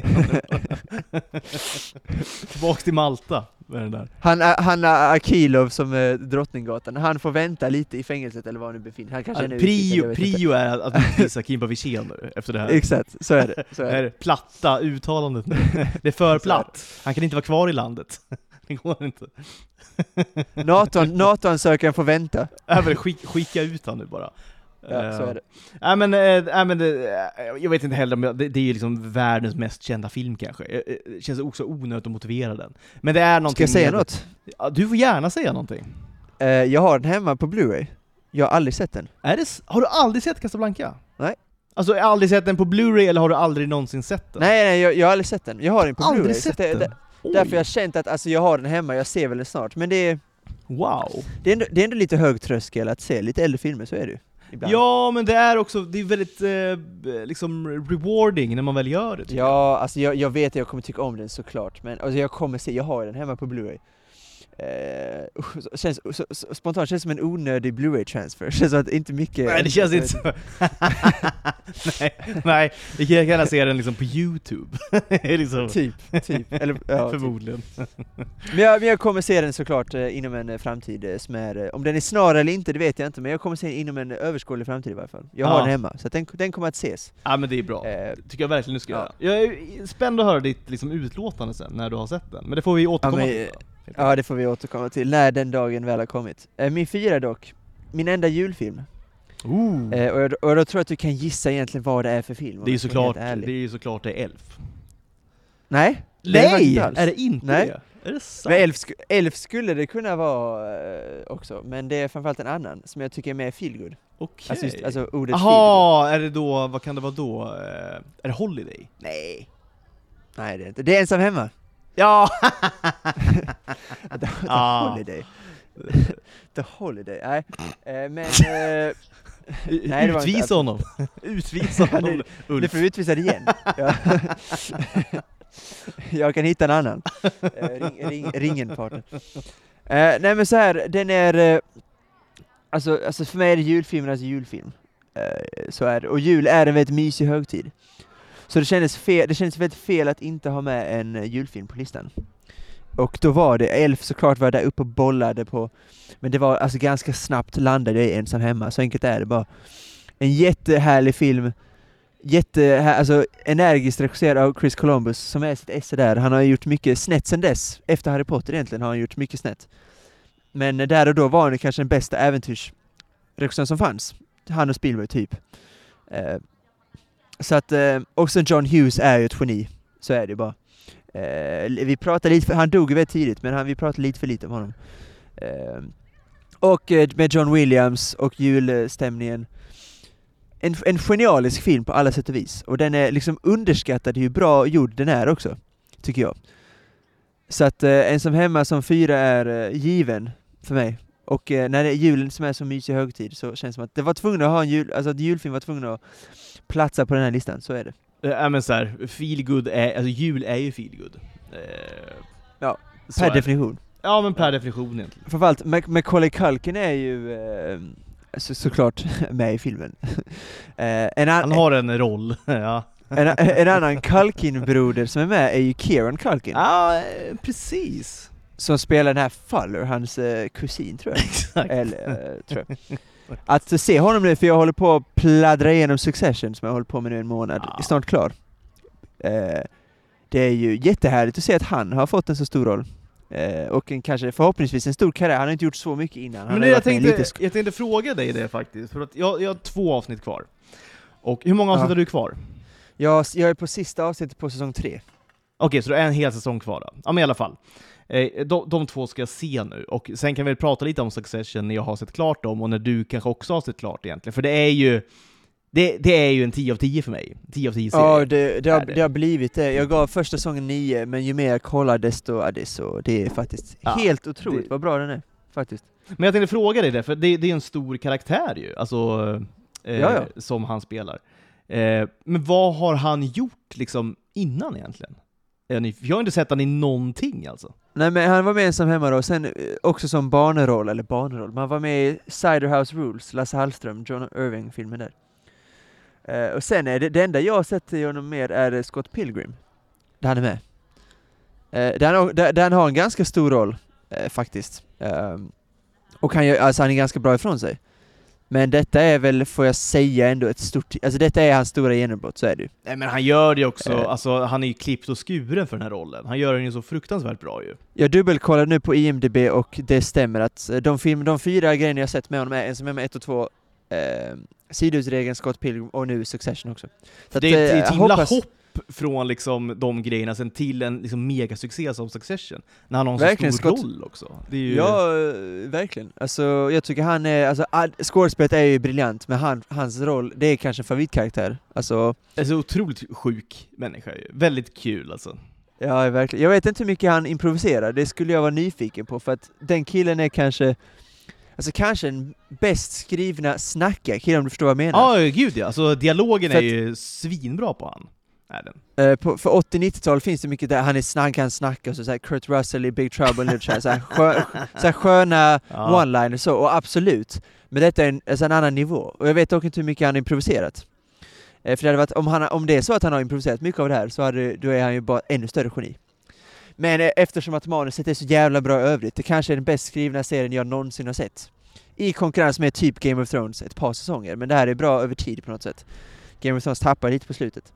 Tillbaka till Malta med den där. Han har Akilov som Drottninggatan. Han får vänta lite i fängelset eller var han nu befinner. Han kanske prio är att utvisa Kimpa Wirsén efter det här. Exakt, så är det. Det är platta uttalandet nu. Det är för platt. Han kan inte vara kvar i landet. Det går inte. NATO-ansökaren får vänta. Skicka ut han nu bara. Ja, så är det. Jag vet inte heller, men det är ju liksom världens mest kända film kanske. Det känns också onödigt att motivera den. Men det är någonting. Ska jag säga något? Ja, du får gärna säga någonting. Jag har den hemma på Blu-ray. Jag har aldrig sett den. Har du aldrig sett Casablanca? Nej. Alltså, jag har aldrig sett den på Blu-ray, eller har du aldrig någonsin sett den? Nej, jag har aldrig sett den. Jag har den på Blu-ray. Aldrig sett den? Därför jag har känt att alltså, jag har den hemma, jag ser väl den snart. Men det är... Wow. Det är ändå lite hög tröskel att se lite äldre filmer, så är det ju. Ibland. Ja, men det är också, det är väldigt liksom rewarding när man väl gör det. Ja, alltså jag vet att jag kommer tycka om den såklart, men alltså, jag har den hemma på Blu-ray. Spontant känns som en onödig Blu-ray-transfer. Känns som att inte mycket... Nej, det känns inte så. nej, vi kan gärna se den liksom på YouTube. liksom. Typ. Eller, ja, förmodligen. Typ. Men jag kommer se den såklart inom en framtid som är... Om den är snar eller inte, det vet jag inte, men jag kommer se den inom en överskådlig framtid i varje fall. Jag har den hemma, så att den kommer att ses. Ja, men det är bra. Tycker jag verkligen du ska göra. Jag är spänd att höra ditt liksom, utlåtande sen när du har sett den. Men det får vi återkomma till. Ja, det får vi återkomma till när den dagen väl har kommit. Min 4 dock, min enda julfilm. Och då tror jag att du kan gissa egentligen vad det är för film. Det är ju såklart det är Elf. Nej, är det inte Nej. det? Är det sant? Elf skulle det kunna vara också, men det är framförallt en annan som jag tycker är mer feelgood. Okej. Alltså ordet feelgood. Är det då, vad kan det vara då? Är det Holiday? Nej, det är inte. Det är Ensam hemma. Ja! The Holiday. The Holiday, nej. Men... nej, utvisa honom. Utvisa honom, Ulf. Det får vi utvisa det igen. Jag kan hitta en annan. Ring en partner. Nej, men så här, den är... Alltså för mig är det julfilmernas julfilm. Så är det. Och jul är en väldigt mysig högtid. Så det kändes väldigt fel att inte ha med en julfilm på listan. Och då var det, Elf såklart var där uppe och bollade på, men det var alltså ganska snabbt landade jag i Ensam hemma, så enkelt är det bara. En jättehärlig film, alltså energiskt regisserad av Chris Columbus som är sitt esse där. Han har gjort mycket snett sen dess, efter Harry Potter egentligen har han gjort mycket snett. Men där och då var han kanske den bästa äventyrsregissören som fanns. Han och Spielberg typ. Så att också John Hughes är ju ett geni, så är det bara. Vi pratade lite han dog ju väldigt tidigt, men vi pratade lite för lite om honom. Och med John Williams och julstämningen, en genialisk film på alla sätt och vis. Och den är liksom underskattad hur bra gjord den är också, tycker jag. Så att Ensam hemma som 4 är given för mig. Och när det är julen som är så mysig högtid, så känns det som att det var tvungen att ha en julfilm var tvungen att platsa på den här listan, så är det. Men så här, feel good är, alltså jul är ju feel good. Ja, per definition. Ja, men per definition egentligen. Framförallt, Macaulay Culkin är ju såklart med i filmen. Han har en roll, ja. En annan Culkin-broder som är med är ju Kieran Culkin. Ja, precis. Som spelar den här Fuller, hans kusin tror jag. Exakt. Eller, tror jag. Att se honom nu, för jag håller på att pladdra igenom Succession som jag håller på med nu en månad. Är snart klar. Det är ju jättehärligt att se att han har fått en så stor roll. Och kanske förhoppningsvis en stor karriär. Han har inte gjort så mycket innan. Men jag tänkte fråga dig det faktiskt. För att jag har 2 avsnitt kvar. Och hur många avsnitt har du kvar? Jag är på sista avsnittet på säsong 3. Okej, så det är en hel säsong kvar då. Ja, men i alla fall. De 2 ska jag se nu. Och sen kan vi prata lite om Succession när jag har sett klart dem och när du kanske också har sett klart egentligen. För det är ju... Det är ju en 10 av 10 för mig. 10 av 10 serier. Ja, det har blivit det. Jag gav första säsongen 9, men ju mer jag kollar desto det är faktiskt helt otroligt vad bra den är, faktiskt. Men jag tänkte fråga dig det, för det är en stor karaktär ju, alltså som han spelar. Men vad har han gjort liksom innan egentligen? Jag har inte sett han i någonting alltså. Nej, men han var med ensam hemma då, och sen också som barnroll. Man var med i Cider House Rules, Lasse Hallström, John Irving-filmen där. Och sen är det enda jag har sett i honom mer är Scott Pilgrim, där han är med. Där han har en ganska stor roll faktiskt. Och han är ganska bra ifrån sig. Men detta är väl, får jag säga, ändå ett stort... Alltså detta är hans stora genombrott, så är det ju. Nej, men han gör det också, alltså han är ju klippt och skuren för den här rollen. Han gör den ju så fruktansvärt bra ju. Jag dubbelkollade nu på IMDb och det stämmer att de 4 grejerna jag sett med honom är en som är med 1 och 2, Sidhusregeln, Scott Pilgrim och nu Succession också. Så det är ett himla hopp från liksom de grejerna sen till en liksom megasuccé som Succession. När han har en verkligen så stor roll också. Det är ju... Ja, verkligen. Alltså, jag tycker han är... Alltså, skådespelet är ju briljant, men hans roll, det är kanske en favoritkaraktär. Alltså otroligt sjuk människa ju. Väldigt kul alltså. Ja, verkligen. Jag vet inte hur mycket han improviserar. Det skulle jag vara nyfiken på, för att den killen är kanske en bäst skrivna snackarkille, om du förstår vad jag menar. Ja, gud ja. Alltså dialogen är ju svinbra på han. För 80-90-tal finns det mycket där han kan snacka och så här Kurt Russell i Big Trouble in Little China, så här sköna one-liners så, och absolut. Men detta är en annan nivå. Och jag vet dock inte hur mycket han har improviserat. För det hade varit, om det är så att han har improviserat mycket av det här, så då är han ju bara ännu större geni. Men eftersom att manuset är så jävla bra övrigt, det kanske är den bäst skrivna serien jag någonsin har sett. I konkurrens med typ Game of Thrones ett par säsonger, men det här är bra över tid på något sätt. Game of Thrones tappar lite på slutet.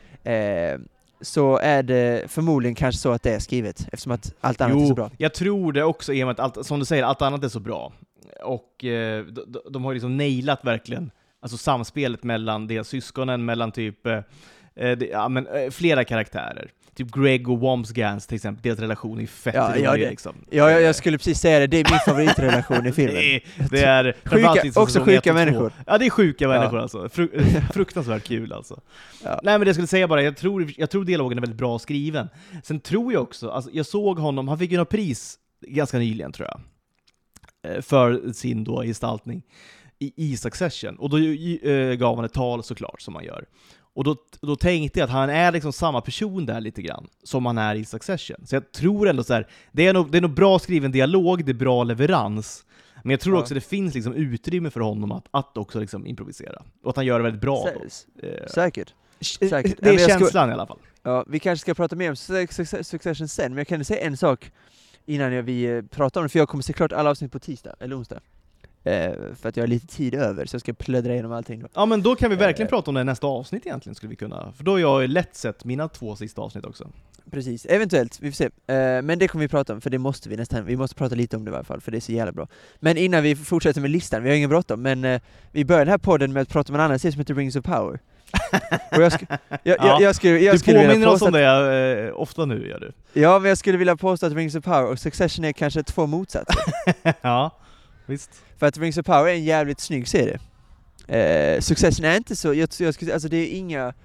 Så är det förmodligen kanske så att det är skrivet, eftersom att allt annat är så bra. Jag tror det också, i och med att som du säger, allt annat är så bra. Och de har liksom nailat verkligen alltså samspelet mellan deras syskonen, mellan typ flera karaktärer. Typ Greg och Wamsgans till exempel, deras relation är fett rolig liksom. Ja, jag skulle precis säga det. Det är min favoritrelation i filmen. Det är också sjuka människor. Ja, det är sjuka människor alltså. Fruktansvärt kul alltså. Ja. Nej, men det skulle säga bara, jag tror dialogen är väldigt bra skriven. Sen tror jag också, alltså, jag såg honom, han fick ju något pris ganska nyligen tror jag. För sin då gestaltning i Succession. Och då gav han ett tal såklart som man gör. Och då tänkte jag att han är liksom samma person där lite grann som han är i Succession. Så jag tror ändå så här, det är nog bra skriven dialog, det är bra leverans. Men jag tror också det finns liksom utrymme för honom att också liksom improvisera. Och att han gör det väldigt bra. Säkert. Det är känslan i alla fall. Ja, vi kanske ska prata mer om Succession sen, men jag kan säga en sak innan vi pratar om det, för jag kommer se klart alla avsnitt på tisdag eller onsdag. För att jag har lite tid över, så jag ska plödra igenom allting då. Ja, men då kan vi verkligen prata om det nästa avsnitt egentligen, skulle vi kunna. För då har jag lätt sett mina 2 sista avsnitt också. Precis, eventuellt, vi får se. Men det kommer vi prata om, för det måste vi nästan. Vi måste prata lite om det i alla fall, för det är så jävla bra. Men innan vi fortsätter med listan, vi har ingen bråttom, men vi börjar den här podden med att prata om en annan serie som heter Rings of Power. Och jag skulle påminner oss om det ofta nu, gör du. Ja, men jag skulle vilja påstå att Rings of Power och Succession är kanske 2 motsatser. Ja, visst. För att Rings of Power är en jävligt snygg serie. Succession är inte så, jag skulle, alltså det är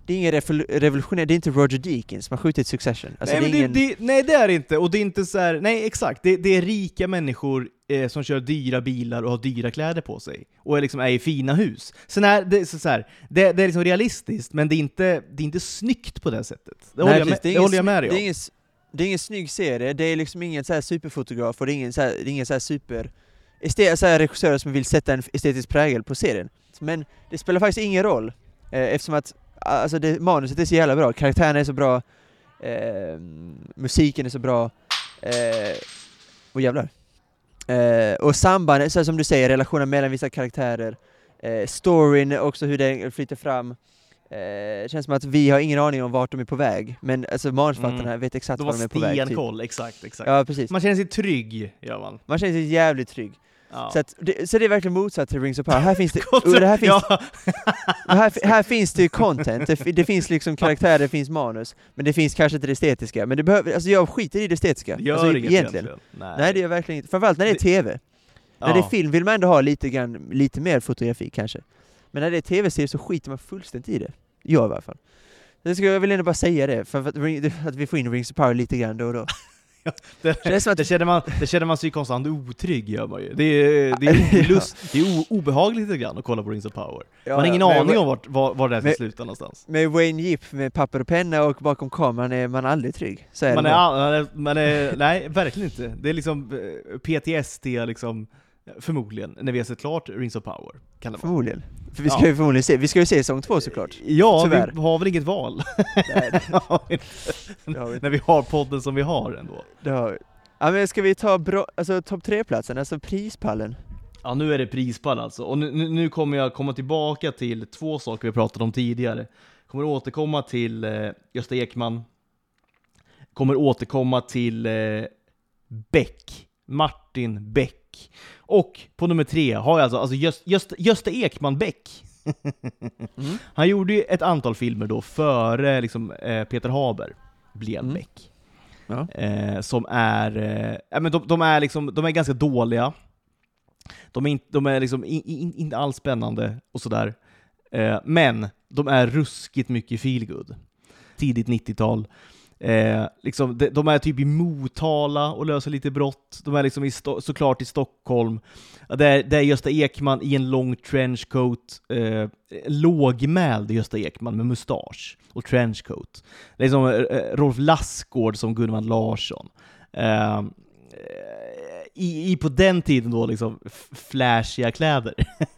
det är ingen revolutionär, det är inte Roger Deakins, man skjutit Succession. Alltså, nej, det är det inte. Och det är inte så här, nej exakt, det är rika människor som kör dyra bilar och har dyra kläder på sig. Och liksom är i fina hus. Sen är det så här, det är liksom realistiskt, men det är inte snyggt på det sättet. Det håller jag med dig om. Det är ingen snygg serie, det är liksom ingen så här superfotograf och det är ingen så här super så här regissörer som vill sätta en estetisk prägel på serien. Men det spelar faktiskt ingen roll eftersom att alltså manuset är så jävla bra, karaktärerna är så bra, musiken är så bra och jävlar. Och sambandet, så som du säger, relationen mellan vissa karaktärer, storyn också, hur den flyter fram. Det känns som att vi har ingen aning om vart de är på väg, men alltså manusförfattarna vet exakt vart de är på väg. Stenkoll, exakt. Ja, precis. Man känner sig trygg, gör man. Man känner sig jävligt trygg. Ja. Så det är verkligen motsatt till Rings of Power. Här finns det här finns det content. Det finns liksom karaktärer, det finns manus, men det finns kanske inte det estetiska. Men det behöver, alltså jag skiter i det estetiska. Gör alltså, egentligen. Nej, det gör verkligen inte. Framförallt när det är TV. När det är film vill man ändå ha lite mer fotografi kanske. Men när det är TV-serie så skiter man fullständigt i det. Jag i alla fall. Jag vill ändå bara säga det, för att vi får in Rings of Power lite grann då och då. Det känner man sig konstant otrygg, gör man ju. Det är obehagligt lite grann att kolla på Rings of Power. Man har ingen aning om var det ska sluta någonstans. Med Wayne Yip med papper och penna och bakom kameran är man aldrig trygg. Så nej, verkligen inte. Det är liksom PTSD liksom, förmodligen, när vi har sett klart Rings of Power. Förmodligen. För vi ska ju förmodligen se. Vi ska ju se säsong 2 såklart. Ja, tyvärr. Vi har väl inget val. Nej, när vi har podden som vi har ändå. Det har vi. Ja, men ska vi ta topp 3-platsen, alltså prispallen? Ja, nu är det prispall alltså. Och nu kommer jag komma tillbaka till 2 saker vi pratade om tidigare. Kommer återkomma till Gösta Ekman. Kommer återkomma till Martin Beck. Och på nummer 3 har jag alltså Gösta Ekman Beck. Han gjorde ju ett antal filmer då före liksom, Peter Haber blev Beck. Ja. Som är men de är ganska dåliga. De är liksom inte alls spännande och sådär. Men de är ruskigt mycket feelgood. Tidigt 90-tal. Liksom, de är typ i Motala och löser lite brott. De är liksom såklart i Stockholm. Där är Gösta Ekman i en lång trenchcoat, lågmäld Gösta Ekman med mustasch och trenchcoat. Det är som Rolf Lassgård som Gunvald Larsson. På den tiden då liksom flashiga kläder.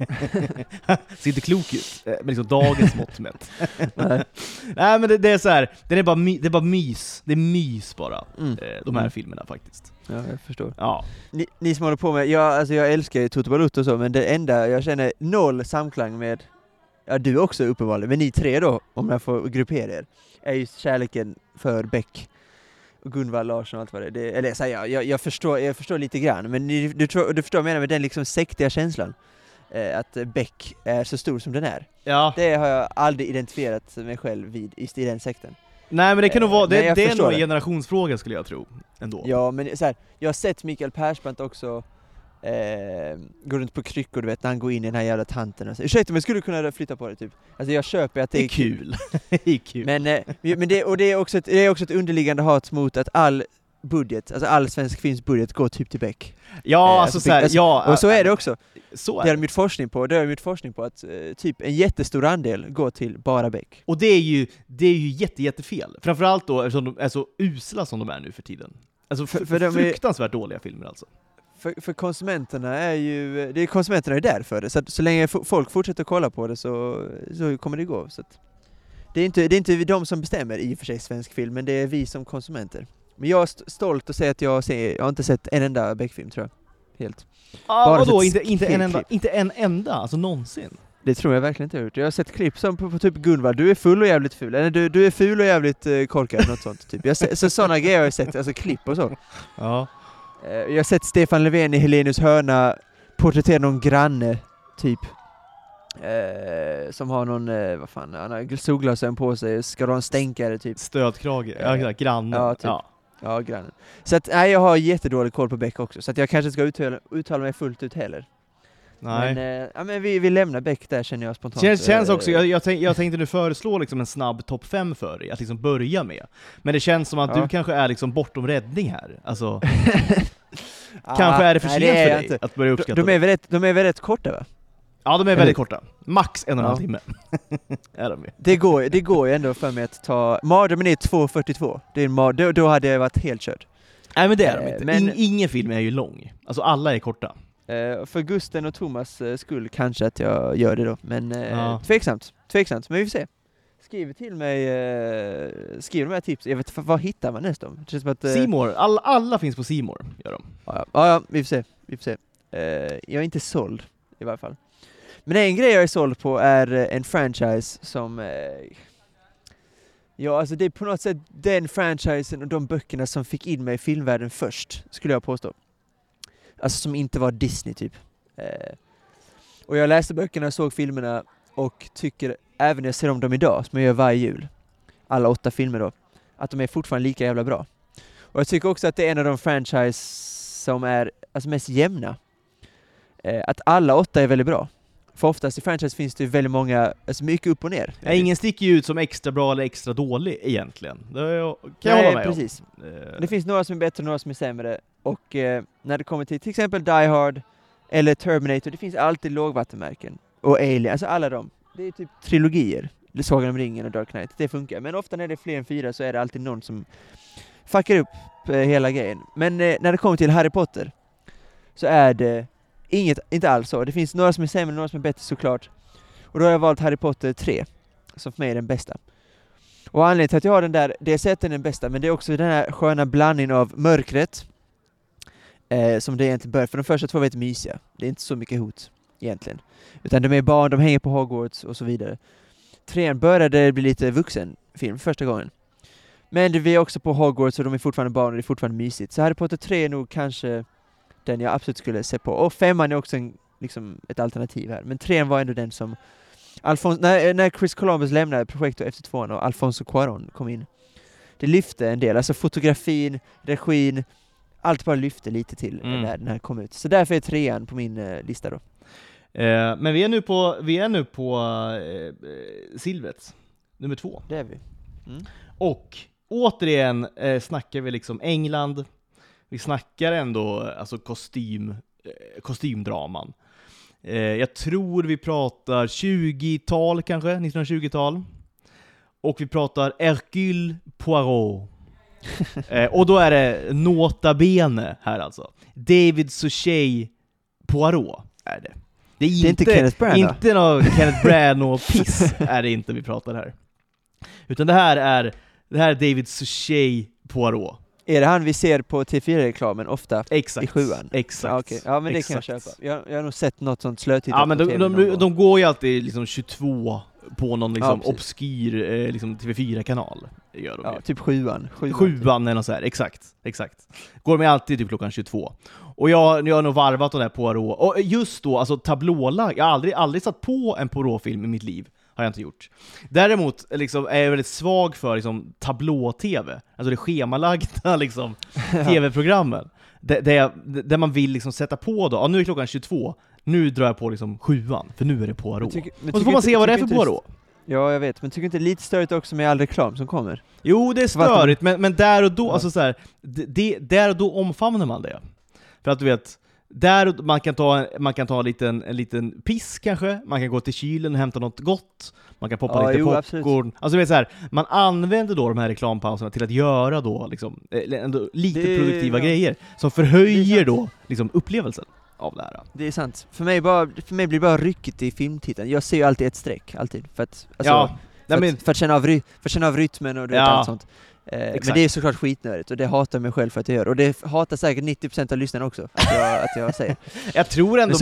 Ser inte klok ut, men liksom dagens mått mätt. Nej, men det är så här, det är bara mys. Det är mys bara, de här filmerna faktiskt. Ja, jag förstår. Ja. Ni som håller på med, jag älskar ju Toto Balotto och så, men det enda jag känner noll samklang med, ja du också uppenbarligen, men ni 3 då, om jag får gruppera er, är ju kärleken för Beck och Gunvald Larsson och allt vad det är. Eller så här, jag förstår lite grann, men du förstår vad jag menar med den liksom sektiga känslan. Att Beck är så stor som den är. Ja. Det har jag aldrig identifierat mig själv vid i den sekten. Nej, men det kan nog vara, det är nog en generationsfråga skulle jag tro ändå. Ja, men så här, jag har sett Mikael Persbrandt också går runt på kryckor, du vet, när han går in i den här jävla tanten och så. Ursäkta, men skulle du kunna flytta på det typ? Alltså jag köper att det är kul. Det är kul. Men det är också ett underliggande hat mot att all budget, alltså all svensk films budget går typ till Beck. Ja, alltså så här, ja, och så är det också. Så är det. Det är mitt forskning på att typ en jättestor andel går till bara Beck. Och det är ju jättefel. Framförallt då eftersom de är så usla som de är nu för tiden. Alltså för de fruktansvärt dåliga filmer alltså. För konsumenterna konsumenterna är där för det. Så länge folk fortsätter kolla på det så kommer det gå. Så att det är inte vi de som bestämmer i och för sig svensk film, men det är vi som konsumenter. Men jag är stolt att säga att jag har inte sett en enda Beck-film, tror jag. Helt. Bara då inte en enda, alltså någonsin. Det tror jag verkligen inte har gjort. Jag har sett klipp som på typ Gunvald, du är full och jävligt ful. Eller du är ful och jävligt korkad, något sånt typ. Så sådana grejer har jag sett, alltså klipp och så. Ja. Jag har sett Stefan Löfven i Helenius hörna porträttera någon granne typ. Som har någon, han har solglasögon på sig, ska ha en stänkare typ. Stödkrage, ja, grannen. Ja, typ. Ja, grannen. Så att, jag har jättedålig koll på Beck också, så att jag kanske ska uttala mig fullt ut heller. Nej. Men vi lämnar Beck där, känner jag spontant. Känns också, jag tänkte nu föreslå liksom en snabb topp 5 för dig, att liksom börja med. Men det känns som att du kanske är liksom bortom räddning här. Alltså, kanske är det för sent för dig inte. Att börja uppskatta de är väl rätt korta, va? Ja, de är väldigt korta. Max 1,5 timme. Är de. Det går ju ändå för mig att ta... Mardrömmen är 2:42. Det är då hade jag varit helt körd. Nej, men det är de inte. Men ingen film är ju lång. Alltså alla är korta. För Gusten och Thomas skull kanske att jag gör det då. Men tveksamt. Men vi får se. Skriv till mig, skriv de här tips. Jag vet, vad hittar man nästan? Det känns som att... C-more. Alla finns på C-more, gör de. Ja, vi får se. Jag är inte såld, i varje fall. Men en grej jag är såld på är en franchise som... Ja, alltså det är på något sätt den franchisen och de böckerna som fick in mig i filmvärlden först, skulle jag påstå. Alltså som inte var Disney, typ. Och jag läste böckerna, såg filmerna och tycker, även när jag ser om dem idag, som jag gör varje jul, alla 8 filmer då, att de är fortfarande lika jävla bra. Och jag tycker också att det är en av de franchise som är alltså mest jämna. Att alla 8 är väldigt bra. För oftast i franchise finns det väldigt många, alltså mycket upp och ner. Ja, ingen sticker ju ut som extra bra eller extra dålig egentligen. Det kan jag hålla med precis. om. Det finns några som är bättre och några som är sämre. Och när det kommer till exempel Die Hard eller Terminator, det finns alltid lågvattenmärken. Och Alien, alltså alla dem. Det är typ trilogier. Sagan om ringen och Dark Knight. Det funkar. Men ofta när det är fler än 4 så är det alltid någon som fuckar upp hela grejen. Men när det kommer till Harry Potter så är det inte alls så. Det finns några som är sämre, några som är bättre såklart. Och då har jag valt Harry Potter 3, som för mig är den bästa. Och anledningen till att jag har den där, det är sättet den bästa, men det är också den här sköna blandningen av mörkret, som det egentligen börjar. För de första 2 är väldigt mysiga. Det är inte så mycket hot, egentligen. Utan de är barn, de hänger på Hogwarts och så vidare. 3 började bli lite vuxenfilm första gången. Men vi är också på Hogwarts och de är fortfarande barn och det är fortfarande mysigt. Så Harry Potter 3 är nog kanske den jag absolut skulle se på. Och 5 är också ett alternativ här. Men 3 var ändå den som... när Chris Columbus lämnade projektet efter 2 och Alfonso Cuarón kom in. Det lyfte en del. Alltså fotografin, regin, allt bara lyfte lite till när den här kom ut. Så därför är 3 på min lista då. Men vi är nu på silvret, nummer 2. Det är vi. Och återigen snackar vi liksom England. Vi snackar ändå alltså kostymdraman. Jag tror vi pratar 20-tal kanske, 1920-tal. Och vi pratar Hercule Poirot. Och då är det nota bene här alltså. David Suchet Poirot är det. Det är inte Kenneth Branagh. Inte någon Kenneth Branagh-piss är det inte vi pratar här. Utan det här är David Suchet Poirot. Är det han vi ser på TV4-reklamen ofta? Exakt. I 7? Exakt. Ja, okay. Ja, men det kan jag köpa. Jag har nog sett något sånt slötittat. Ja, men de går ju alltid liksom 22 på någon liksom obskyr liksom TV4-kanal. Gör de ju. Typ 7. 7 eller något så här. Exakt. Går de alltid typ klockan 22. Och jag har nog varvat den här Poirot. Och just då, alltså tablålag. Jag har aldrig satt på en Poirot-film i mitt liv. Har jag inte gjort. Däremot liksom, är jag väldigt svag för liksom, tablå-tv. Alltså det schemalagda liksom, tv-programmen. Där man vill liksom, sätta på då. Ja, nu är klockan 22. Nu drar jag på liksom, 7, för nu är det Poirot. Och så får man se vad det är för Poirot. Ja, jag vet. Men tycker inte det är lite störigt också med all reklam som kommer? Jo, det är störigt. Men där och då, alltså, så här, där och då omfamnar man det. För att du vet... Där man kan ta en liten piss kanske, man kan gå till kylen och hämta något gott, man kan poppa lite popcorn. Absolut. Alltså vet så här, man använder då de här reklampauserna till att göra då liksom ändå lite produktiva grejer som förhöjer då liksom upplevelsen av det här. Det är sant. För mig blir det bara rycket i filmtiteln. Jag ser ju alltid ett streck alltid för att alltså, för att känna av rytmen och allt sånt. Men det är såklart skitnödigt och det hatar mig själv för att jag gör. Och det hatar säkert 90% av lyssnarna också att jag säger. Jag tror ändå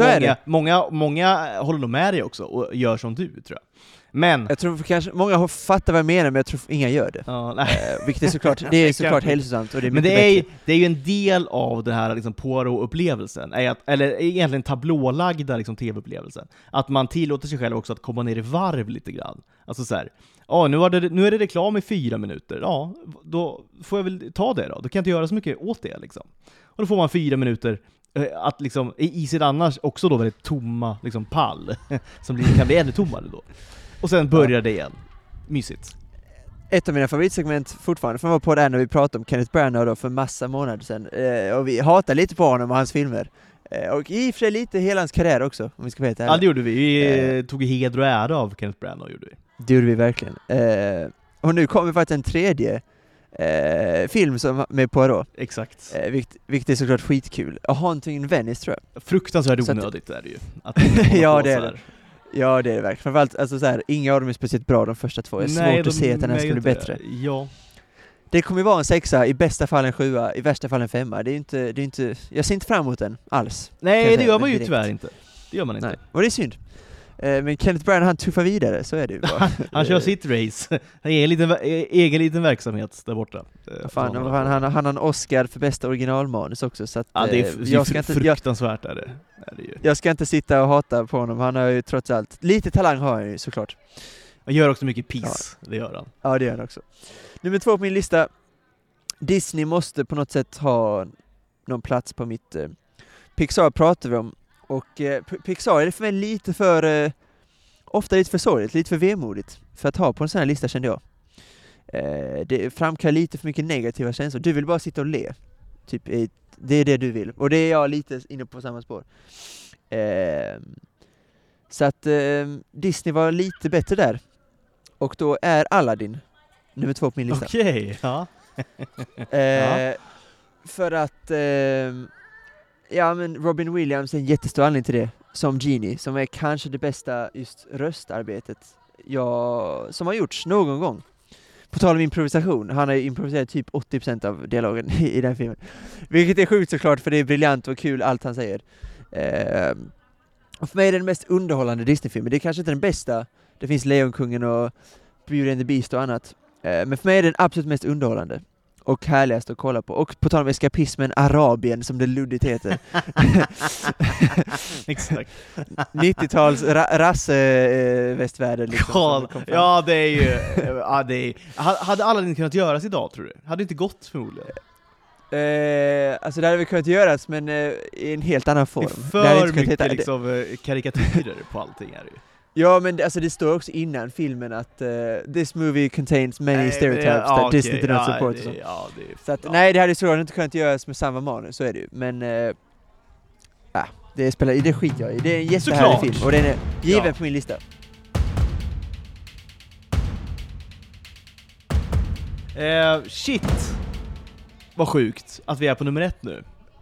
många håller nog med dig också och gör som du, tror jag. Men jag tror kanske många fattar vad jag menar, men jag tror inga gör det. Vilket är såklart hälsosamt och det är men det är ju en del av den här liksom Poirot-upplevelsen, eller egentligen tablålagda liksom tv-upplevelsen. Att man tillåter sig själv också att komma ner i varv lite grann. Alltså så här, nu är det reklam i 4 minuter. Ja, då får jag väl ta det då. Då kan jag inte göra så mycket åt det liksom. Och då får man 4 minuter att liksom, i sin annars också då väldigt tomma liksom, pall som kan bli ännu tommare då. Och sen börjar det igen. Mysigt. Ett av mina favoritsegment fortfarande, för man var på det här när vi pratade om Kenneth Branagh då för massa månader sedan. Och vi hatar lite på honom och hans filmer. Och i och för sig lite hela hans karriär också, om vi ska veta. Ja, det gjorde vi. Vi tog heder och ära av Kenneth Branagh, gjorde vi. Det gjorde vi verkligen. Och nu kommer faktiskt en tredje film som med Poirot. Exakt. Vilket är såklart skitkul. A Haunting in Venice, tror jag. Fruktansvärt onödigt är det ju. Att ja, det är det. Ja, det är det verkligen. Framförallt, alltså så här, inga av dem är speciellt bra, de första två. Det är svårt att se att den här skulle bli bättre. Ja. Det kommer ju vara en 6:a, i bästa fall en 7:a, i värsta fall en 5:a. Det är inte, jag ser inte fram emot den alls. Nej, det gör man ju tyvärr inte. Det gör man inte. Nej. Och det är synd. Men Kenneth Branagh, han tuffar vidare, så är det ju bara. Han kör sitt race. Han är egen liten verksamhet där borta. Han har en Oscar för bästa originalmanus också, så att, ja, det är fruktansvärt är det ju. Jag ska inte sitta och hata på honom. Han har ju trots allt lite talang, har han ju såklart. Han gör också mycket piss, det gör han. Ja, det gör han också. Nummer 2 på min lista. Disney måste på något sätt ha någon plats på mitt... Pixar pratar vi om. Och Pixar är för mig lite för... ofta lite för sorgligt, lite för vemodigt för att ha på en sån här lista, kände jag. Det framkallar lite för mycket negativa känslor. Du vill bara sitta och le. Typ, det är det du vill. Och det är jag lite inne på samma spår. Så att Disney var lite bättre där. Och då är Aladdin nummer 2 på min lista. Okej, ja. För att ja, men Robin Williams är en jättestor anledning till det. Som Genie, som är kanske det bästa just röstarbetet som har gjorts någon gång. På tal om improvisation, han har ju improviserat typ 80% av dialogen i den filmen. Vilket är sjukt såklart, för det är briljant och kul allt han säger. Och för mig är det den mest underhållande Disney-filmen. Det är kanske inte den bästa. Det finns Lejonkungen och Beauty and the Beast och annat. Men för mig är det den absolut mest underhållande. Och härligast att kolla på. Och på tal om eskapismen, Arabien, som det luddigt heter. Exakt. 90-tals rassvästvärlden liksom. Ja, det är ju... ja, det är, hade Aladdin kunnat göras idag, tror du? Hade inte gått förmodligen. Alltså det hade vi kunnat göras, men i en helt annan form. Det är för mycket liksom, karikatyrer på allting är det ju. Ja, men alltså det står också innan filmen att this movie contains many stereotypes that Disney did not support. Så att, nej, det hade såklart inte kunnat göras med samma manus, så är det ju. Men det skiter jag i. Det är en jättehärlig film och den är given på min lista. Shit. Vad sjukt att vi är på nummer 1 nu.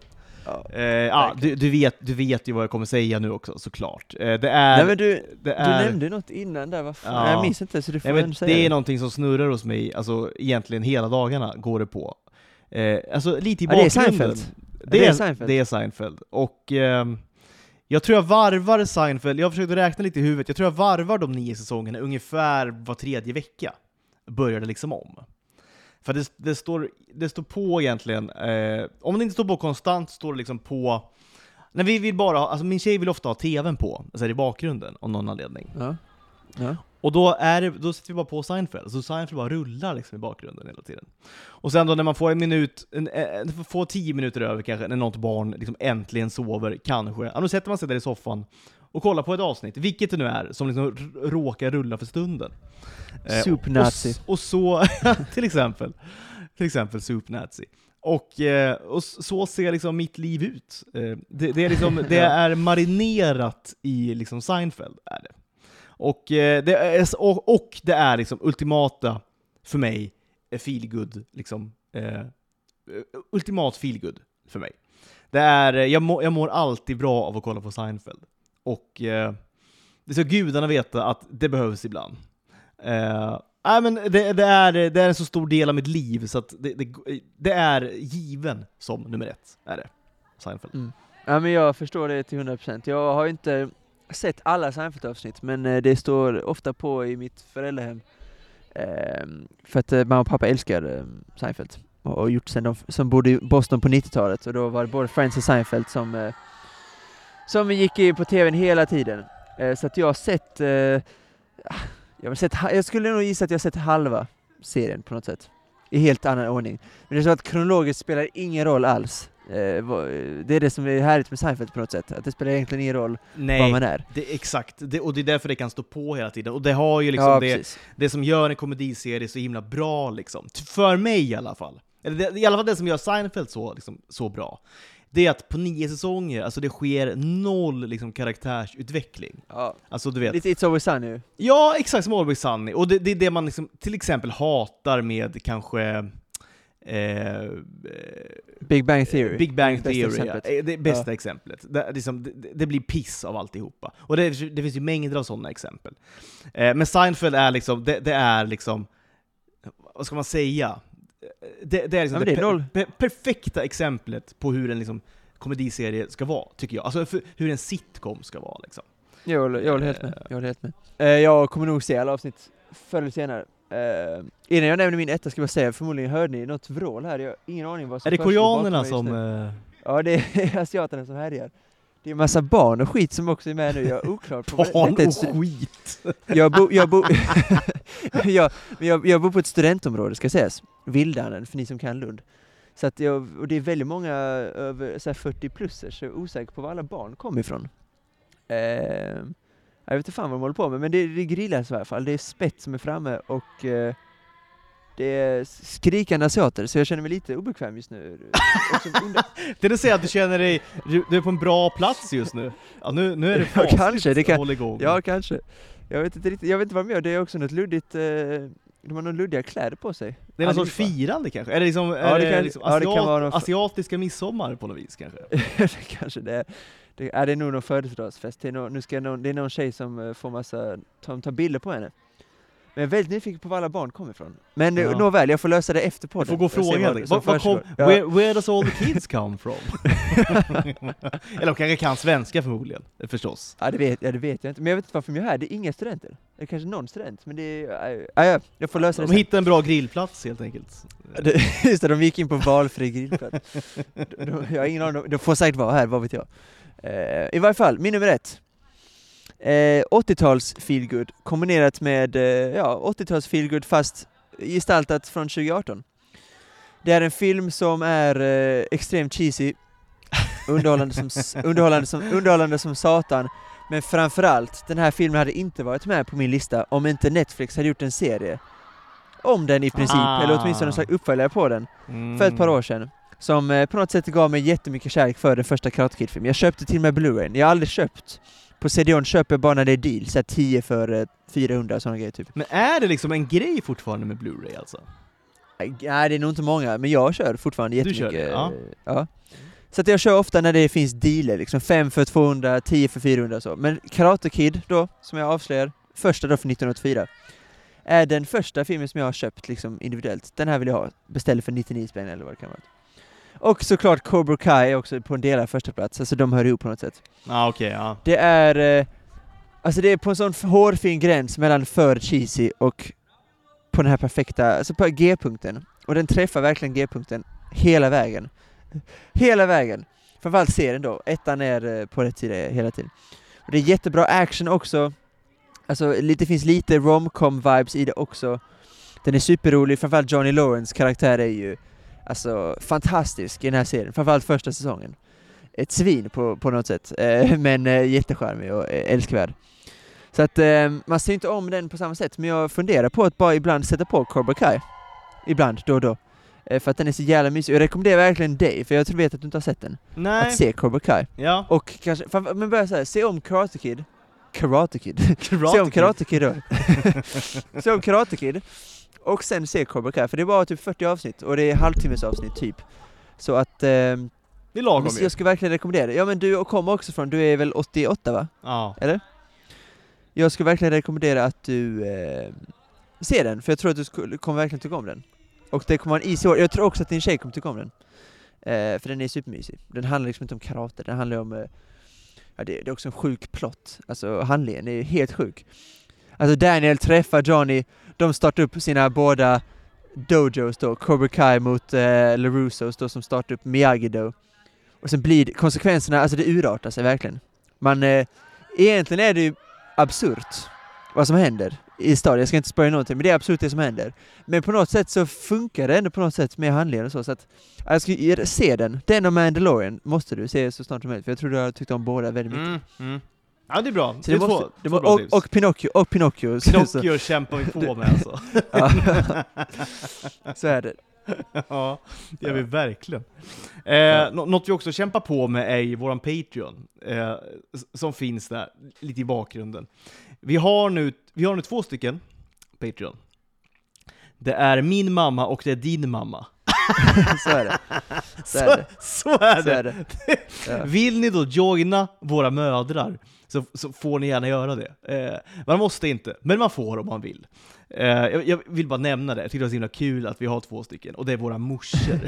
Du vet ju vad jag kommer säga nu också, såklart. Nej, men du nämnde något innan där, vad fan? Jag minns inte, så du får säga det är någonting som snurrar hos mig, alltså egentligen hela dagarna går det på. Alltså lite i bakgrunden. Det är Seinfeld. Och jag tror jag varvar Seinfeld, jag har försökt räkna lite i huvudet, jag tror jag varvar de 9 säsongerna ungefär var 3:e vecka. Börjar det liksom om. För det står på egentligen, om det inte står på konstant, står det liksom på, när vi vill bara ha, alltså min tjej vill ofta ha tvn på, alltså i bakgrunden, av någon anledning. Ja. Och då sätter vi bara på Seinfeld, så Seinfeld bara rullar liksom i bakgrunden hela tiden. Och sen då när man får får 10 minuter över kanske, när något barn liksom äntligen sover, kanske, då sätter man sig där i soffan och kollar på ett avsnitt, vilket det nu är, som liksom råkar rulla för stunden. Soup Nazi. Och så till exempel Soup Nazi. Och så ser liksom mitt liv ut. Det är liksom det är marinerat i liksom Seinfeld är det. Och det är liksom ultimata för mig feelgood liksom ultimat feelgood för mig. Det är jag mår alltid bra av att kolla på Seinfeld. Och det ska gudarna veta att det behövs ibland. Men det är en så stor del av mitt liv, så att det är given som nummer 1 är det, Seinfeld. Ja, men jag förstår det till 100%. Jag har inte sett alla Seinfeld-avsnitt, men det står ofta på i mitt föräldrahem. För att mamma och pappa älskar Seinfeld. Och gjort sen de som bodde i Boston på 90-talet. Och då var det både Friends och Seinfeld som gick på tvn hela tiden. Så att jag har sett... jag skulle nog gissa att jag har sett halva serien på något sätt. I helt annan ordning. Men det är så att kronologiskt spelar ingen roll alls. Det är det som är härligt med Seinfeld på något sätt. Att det spelar egentligen ingen roll vad man är. Exakt. Och det är därför det kan stå på hela tiden. Och det har ju liksom det som gör en komediserie så himla bra liksom. För mig i alla fall. Eller i alla fall det som gör Seinfeld så bra. Det är att på 9 säsonger, alltså det sker 0 liksom karaktärsutveckling. Ja. Alltså du vet. Lite It's Always Sunny. Ja, exakt som Always Sunny. Och det är det man liksom, till exempel hatar med kanske Big Bang Theory. Big Bang Theory, det bästa exemplet. Det blir piss av alltihopa. Och det finns ju mängder av sådana exempel. Men Seinfeld är liksom, det är liksom, vad ska man säga? Det är liksom perfekta exemplet på hur en liksom komediserie ska vara, tycker jag. Alltså hur en sitcom ska vara liksom. Jag håller helt med. Jag kommer nog se alla avsnitt förr eller senare. Innan jag nämner min etta ska jag säga, förmodligen hörde ni något vrål här. Jag har ingen aning vad som. Är det koreanerna som... Ja, det är asiaterna som härjar. Det är en massa barn och skit som också är med nu. Jag är oklar på barn och skit. Jag bor på ett studentområde, ska sägas. Vildanen, för ni som kan Lund. Så att och det är väldigt många över så här 40-plussers, så jag är osäker på var alla barn kommer ifrån. Jag vet inte fan vad de håller på med, men det grillas i alla fall. Det är spett som är framme och det är skrikande asiater, så jag känner mig lite obekväm just nu. Det vill säga att du känner dig, du är på en bra plats just nu. Ja, nu är det fasligt att hålla igång. Ja, kanske. Jag vet inte vad de gör. Det är också något luddigt, de har några luddiga kläder på sig. Det är någon sorts firande kanske? Är det liksom, det kan vara asiatiska midsommar på något vis kanske? Kanske det. Det är nog någon födelsedagsfest. Det är någon tjej som får massa ta bilder på henne. Men jag är väldigt nyfiken på var alla barn kommer ifrån. Men nåväl, jag får lösa det efter på det. Jag får gå och fråga dig. Where does all the kids come from? Eller de kanske kan svenska förmodligen, förstås. Ja, det vet jag inte. Men jag vet inte varför de är här. Det är inga studenter. Det är kanske någon student, men det är... jag får lösa det. De hittade en bra grillplats helt enkelt. Just det, de gick in på valfri grillplats. Jag har ingen aning. De får säkert vara här, vad vet jag. I varje fall, min nummer 1. 80-tals feelgood kombinerat med 80-tals feelgood fast gestaltat från 2018. Det är en film som är extremt cheesy, underhållande som satan, men framförallt den här filmen hade inte varit med på min lista om inte Netflix hade gjort en serie om den i princip, eller åtminstone en slags uppföljare på den för ett par år sedan, som på något sätt gav mig jättemycket kärlek för den första Karate Kid-filmen. Jag köpte till och med Blu-ray. Jag har aldrig köpt på CD-ON, köper bara när det är deal, så 10 för 400 sådana grejer typ. Men är det liksom en grej fortfarande med Blu-ray alltså? Nej, det är nog inte många, men jag kör fortfarande jättemycket. Du kör det, ja. Så att jag kör ofta när det finns dealer, liksom 5 för 200, 10 för 400 så. Men Karate Kid då, som jag avslöjar, första då för 1984, är den första filmen som jag har köpt liksom individuellt. Den här vill jag ha, beställer för 99 spänn eller vad det kan vara. Och såklart Cobra Kai är också på en del av första plats, alltså de hör ihop på något sätt. Okej. Det är alltså det är på en sån hårfin gräns mellan för cheesy och på den här perfekta, alltså på G-punkten. Och den träffar verkligen G-punkten hela vägen. Hela vägen. Framförallt serien då. Ettan är på rätt sida hela tiden. Och det är jättebra action också. Alltså det finns lite rom-com-vibes i det också. Den är superrolig. Framförallt Johnny Lawrence karaktär är ju alltså fantastisk i den här serien. Framförallt första säsongen. Ett svin på något sätt. Men jättecharmig och älskvärd. Så att man ser inte om den på samma sätt. Men jag funderar på att bara ibland sätta på Cobra Kai. Ibland, då och då. För att den är så jävla mysig. Jag rekommenderar verkligen dig, för jag vet att du inte har sett den. Nej. Att se Cobra Kai. Ja. Och kanske, men börja säga, se om Karate Kid. Se om Karate Kid då. Se om Karate Kid. Och sen se Cobra Kai. För det är bara typ 40 avsnitt. Och det är halvtimmes avsnitt typ. Så att... det är lagom ju. Jag skulle verkligen rekommendera det. Ja, men du kommer också från, du är väl 88 va? Ja. Eller? Jag skulle verkligen rekommendera att du ser den. För jag tror att du kommer verkligen tycka om den. Och det kommer vara en easy år. Jag tror också att din tjej kommer tycka om den. För den är supermysig. Den handlar liksom inte om karate. Den handlar om... det är också en sjuk plott. Alltså handlingen är helt sjuk. Alltså Daniel träffar Johnny. De startar upp sina båda dojos då. Cobra Kai mot LaRussos då, som startar upp Miyagi-Do. Och sen blir konsekvenserna... Alltså det urartar sig verkligen. Egentligen är det ju absurt vad som händer i stad. Jag ska inte spöra någonting, men det är absolut det som händer. Men på något sätt så funkar det ändå på något sätt med handleden och så att jag ska se den. Den och Mandalorian måste du se så snart som möjligt, för jag tror du har tyckt om båda väldigt mycket. Ja, det är bra. Så det och Pinocchio. Pinocchio kämpar vi på med alltså. Så är det. Ja, det gör vi verkligen. Något vi också kämpar på med är i våran Patreon, som finns där lite i bakgrunden. Vi har nu 2 stycken Patreon. Det är min mamma och det är din mamma. Så är det. Så är det. Ja. Vill ni då joina våra mödrar så får ni gärna göra det. Man måste inte, men man får om man vill. Jag vill bara nämna det. Jag tycker det är så himla kul att vi har 2 stycken. Och det är våra morsor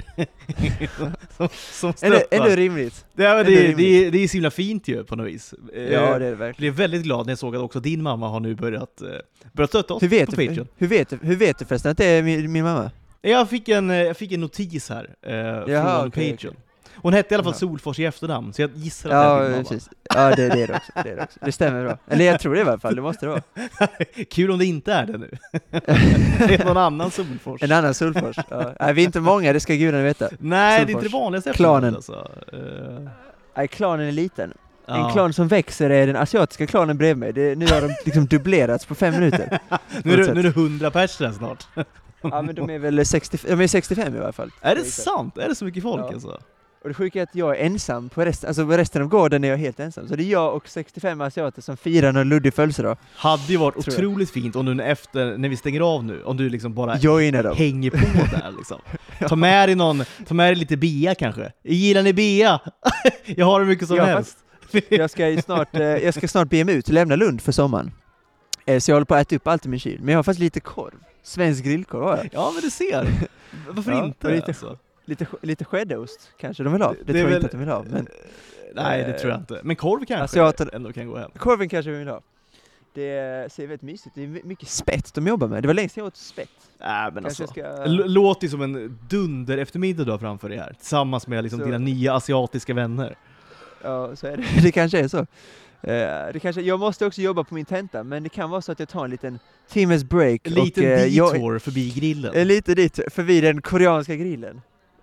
som stöttar. Är det rimligt? Det är så himla fint ju på något vis. Ja, det är det verkligen. Jag blev väldigt glad när jag såg att också din mamma har nu börjat stötta oss på Patreon. Hur vet du förresten att det är min mamma? Jag fick en notis här från Patreon. Okay. Hon hette i alla fall Solfors i efternamn, så jag gissar att det är din mamma. Precis. Ja, det är det också. Det stämmer bra. Eller jag tror det i alla fall, det måste det vara. Kul om det inte är det nu. Det är någon annan Solfors. En annan Solfors. Ja. Nej, vi är inte många, det ska gudarna veta. Nej, Solfors. det är inte det vanligaste. Klanen. Alltså. Nej, klanen är liten. En klan som växer är den asiatiska klanen bredvid mig. Nu har de liksom dubblerats på 5 minuter. Nu är det 100 personer snart. Ja, men de är väl 65 i alla fall. Är det sant? Är det så mycket folk alltså? Och det sjuka är att jag är ensam på resten av gården är jag helt ensam. Så det är jag och 65 asiater som firar någon luddig födelsedag. Hade ju varit otroligt fint om du när vi stänger av nu, om du liksom bara hänger på där liksom. Ta med dig lite bea kanske. Gillar ni bea? Jag har det mycket som helst. Jag ska snart be mig ut och lämna Lund för sommaren. Så jag håller på att äta upp allt i min kyl. Men jag har faktiskt lite korv. Svensk grillkorv har jag. Ja, men du ser. Varför inte? Lite skäddost kanske de vill ha. Det tror jag inte att de vill ha. Men, nej, det tror jag inte. Men korv kanske ändå kan gå hem. Korven kanske vi vill ha. Det ser väldigt mysigt. Det är mycket spett de jobbar med. Det var länge sedan jag åt spett. Men alltså, låter ju som en dunder eftermiddag du har framför dig här. Tillsammans med liksom dina nya asiatiska vänner. Ja, så är det. Det kanske är så. Jag måste också jobba på min tenta, men det kan vara så att jag tar en liten timmes break. En liten detour förbi grillen. Lite dit, förbi den koreanska grillen.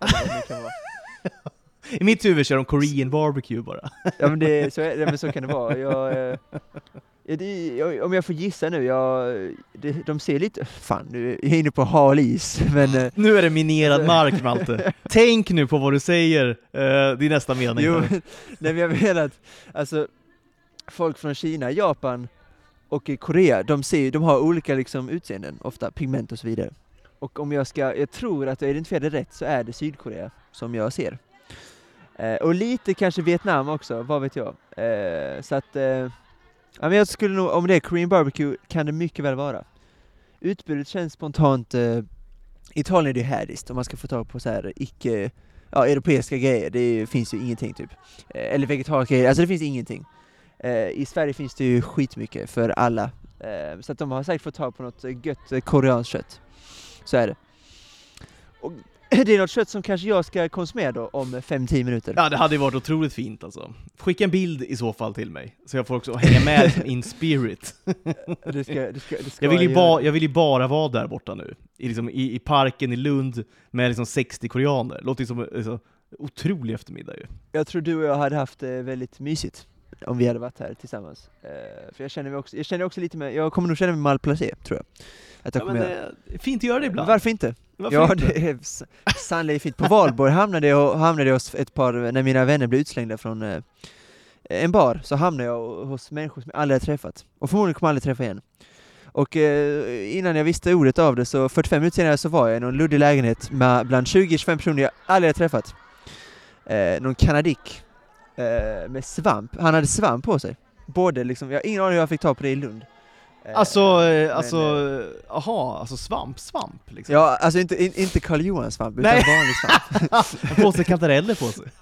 I mitt huvud kör de Korean barbecue bara. Ja, men så kan det vara. Om jag får gissa nu, de ser lite... Fan, nu är jag inne på hal is. Men, nu är det minerad mark, Malte. Tänk nu på vad du säger. Det är nästa mening. Jo, nej, jag menar att alltså, folk från Kina, Japan och Korea, de har olika liksom, utseenden, ofta pigment och så vidare. Och om jag tror att jag identifierar det rätt, så är det Sydkorea som jag ser. Och lite kanske Vietnam också, vad vet jag. Så att... Ja, men jag skulle nog, om det är Korean barbecue kan det mycket väl vara. Utbudet känns spontant. Italien är det härligt om man ska få tag på så här europeiska grejer. Det finns ju ingenting typ. Eller vegetariska grejer, alltså det finns ingenting. I Sverige finns det ju skitmycket för alla. Så att de har säkert fått tag på något gött koreanskt kött. Så är det. Och det är något kött som kanske jag ska konsumera då om 5-10 minuter. Ja, det hade ju varit otroligt fint alltså. Skicka en bild i så fall till mig, så jag får också hänga med in spirit. Jag vill ju bara vara där borta nu. I parken i Lund med liksom 60 koreaner. Låter ju som en otrolig eftermiddag ju. Jag tror du och jag hade haft det väldigt mysigt om vi hade varit här tillsammans. För jag känner också lite med, jag kommer nog känna mig malplacé, tror jag. Att jag fint att göra det ibland. Varför inte? Det är sannolikt fint. På Valborg hamnade jag hos ett par, när mina vänner blev utslängda från en bar, så hamnade jag hos människor som jag aldrig har träffat. Och förmodligen kommer jag aldrig träffa igen. Och innan jag visste ordet av det, så 45 minuter senare så var jag i någon luddig lägenhet med bland 20-25 personer jag aldrig har träffat. Någon kanadik med svamp. Han hade svamp på sig. Både liksom, jag har ingen aning hur jag fick ta på det i Lund. Alltså svamp liksom. Ja, alltså inte Karl Johan svamp, utan vanlig svamp. På sig kantareller på sig.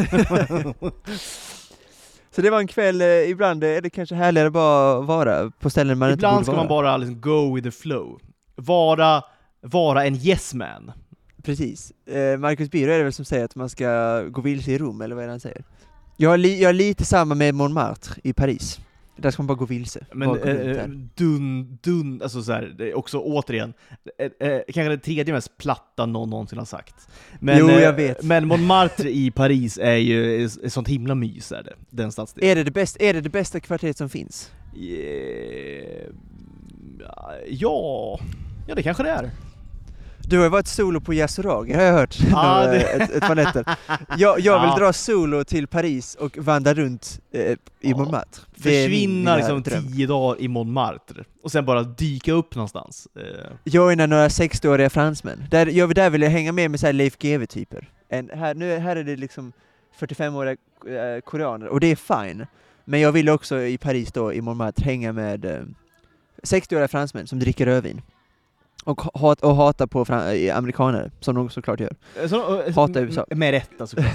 Så det var en kväll, ibland är det kanske härligare bara vara på ställen man ibland inte borde vara. Ibland ska man bara liksom go with the flow. Vara en yes man. Precis. Marcus Biro är det väl som säger att man ska gå vilse i Rom, eller vad är det han säger? Jag har lite samma med Montmartre i Paris. Där ska man bara gå vilse. Men alltså så här, det är också återigen kanske det tredje mest platta någon någonsin har sagt. Men, jo, jag vet. Men Montmartre i Paris är ju ett sånt himla mys, är det, den stadsdelen. Är det det bästa kvarteret som finns? Ja, det kanske det är. Du har ju varit solo på Yasuragi, har jag hört. Ett par nätter. Jag vill dra solo till Paris och vandra runt i Montmartre. Försvinna liksom 10 dagar i Montmartre och sen bara dyka upp någonstans. Joina några 60-åriga fransmän. Där vill jag hänga med så här Leif GW-typer. Här är det liksom 45-åriga koreaner och det är fine. Men jag vill också i Paris då, i Montmartre, hänga med 60-åriga fransmän som dricker rödvin. Och hata på amerikaner, som de såklart gör. Hata USA. Med rätta såklart.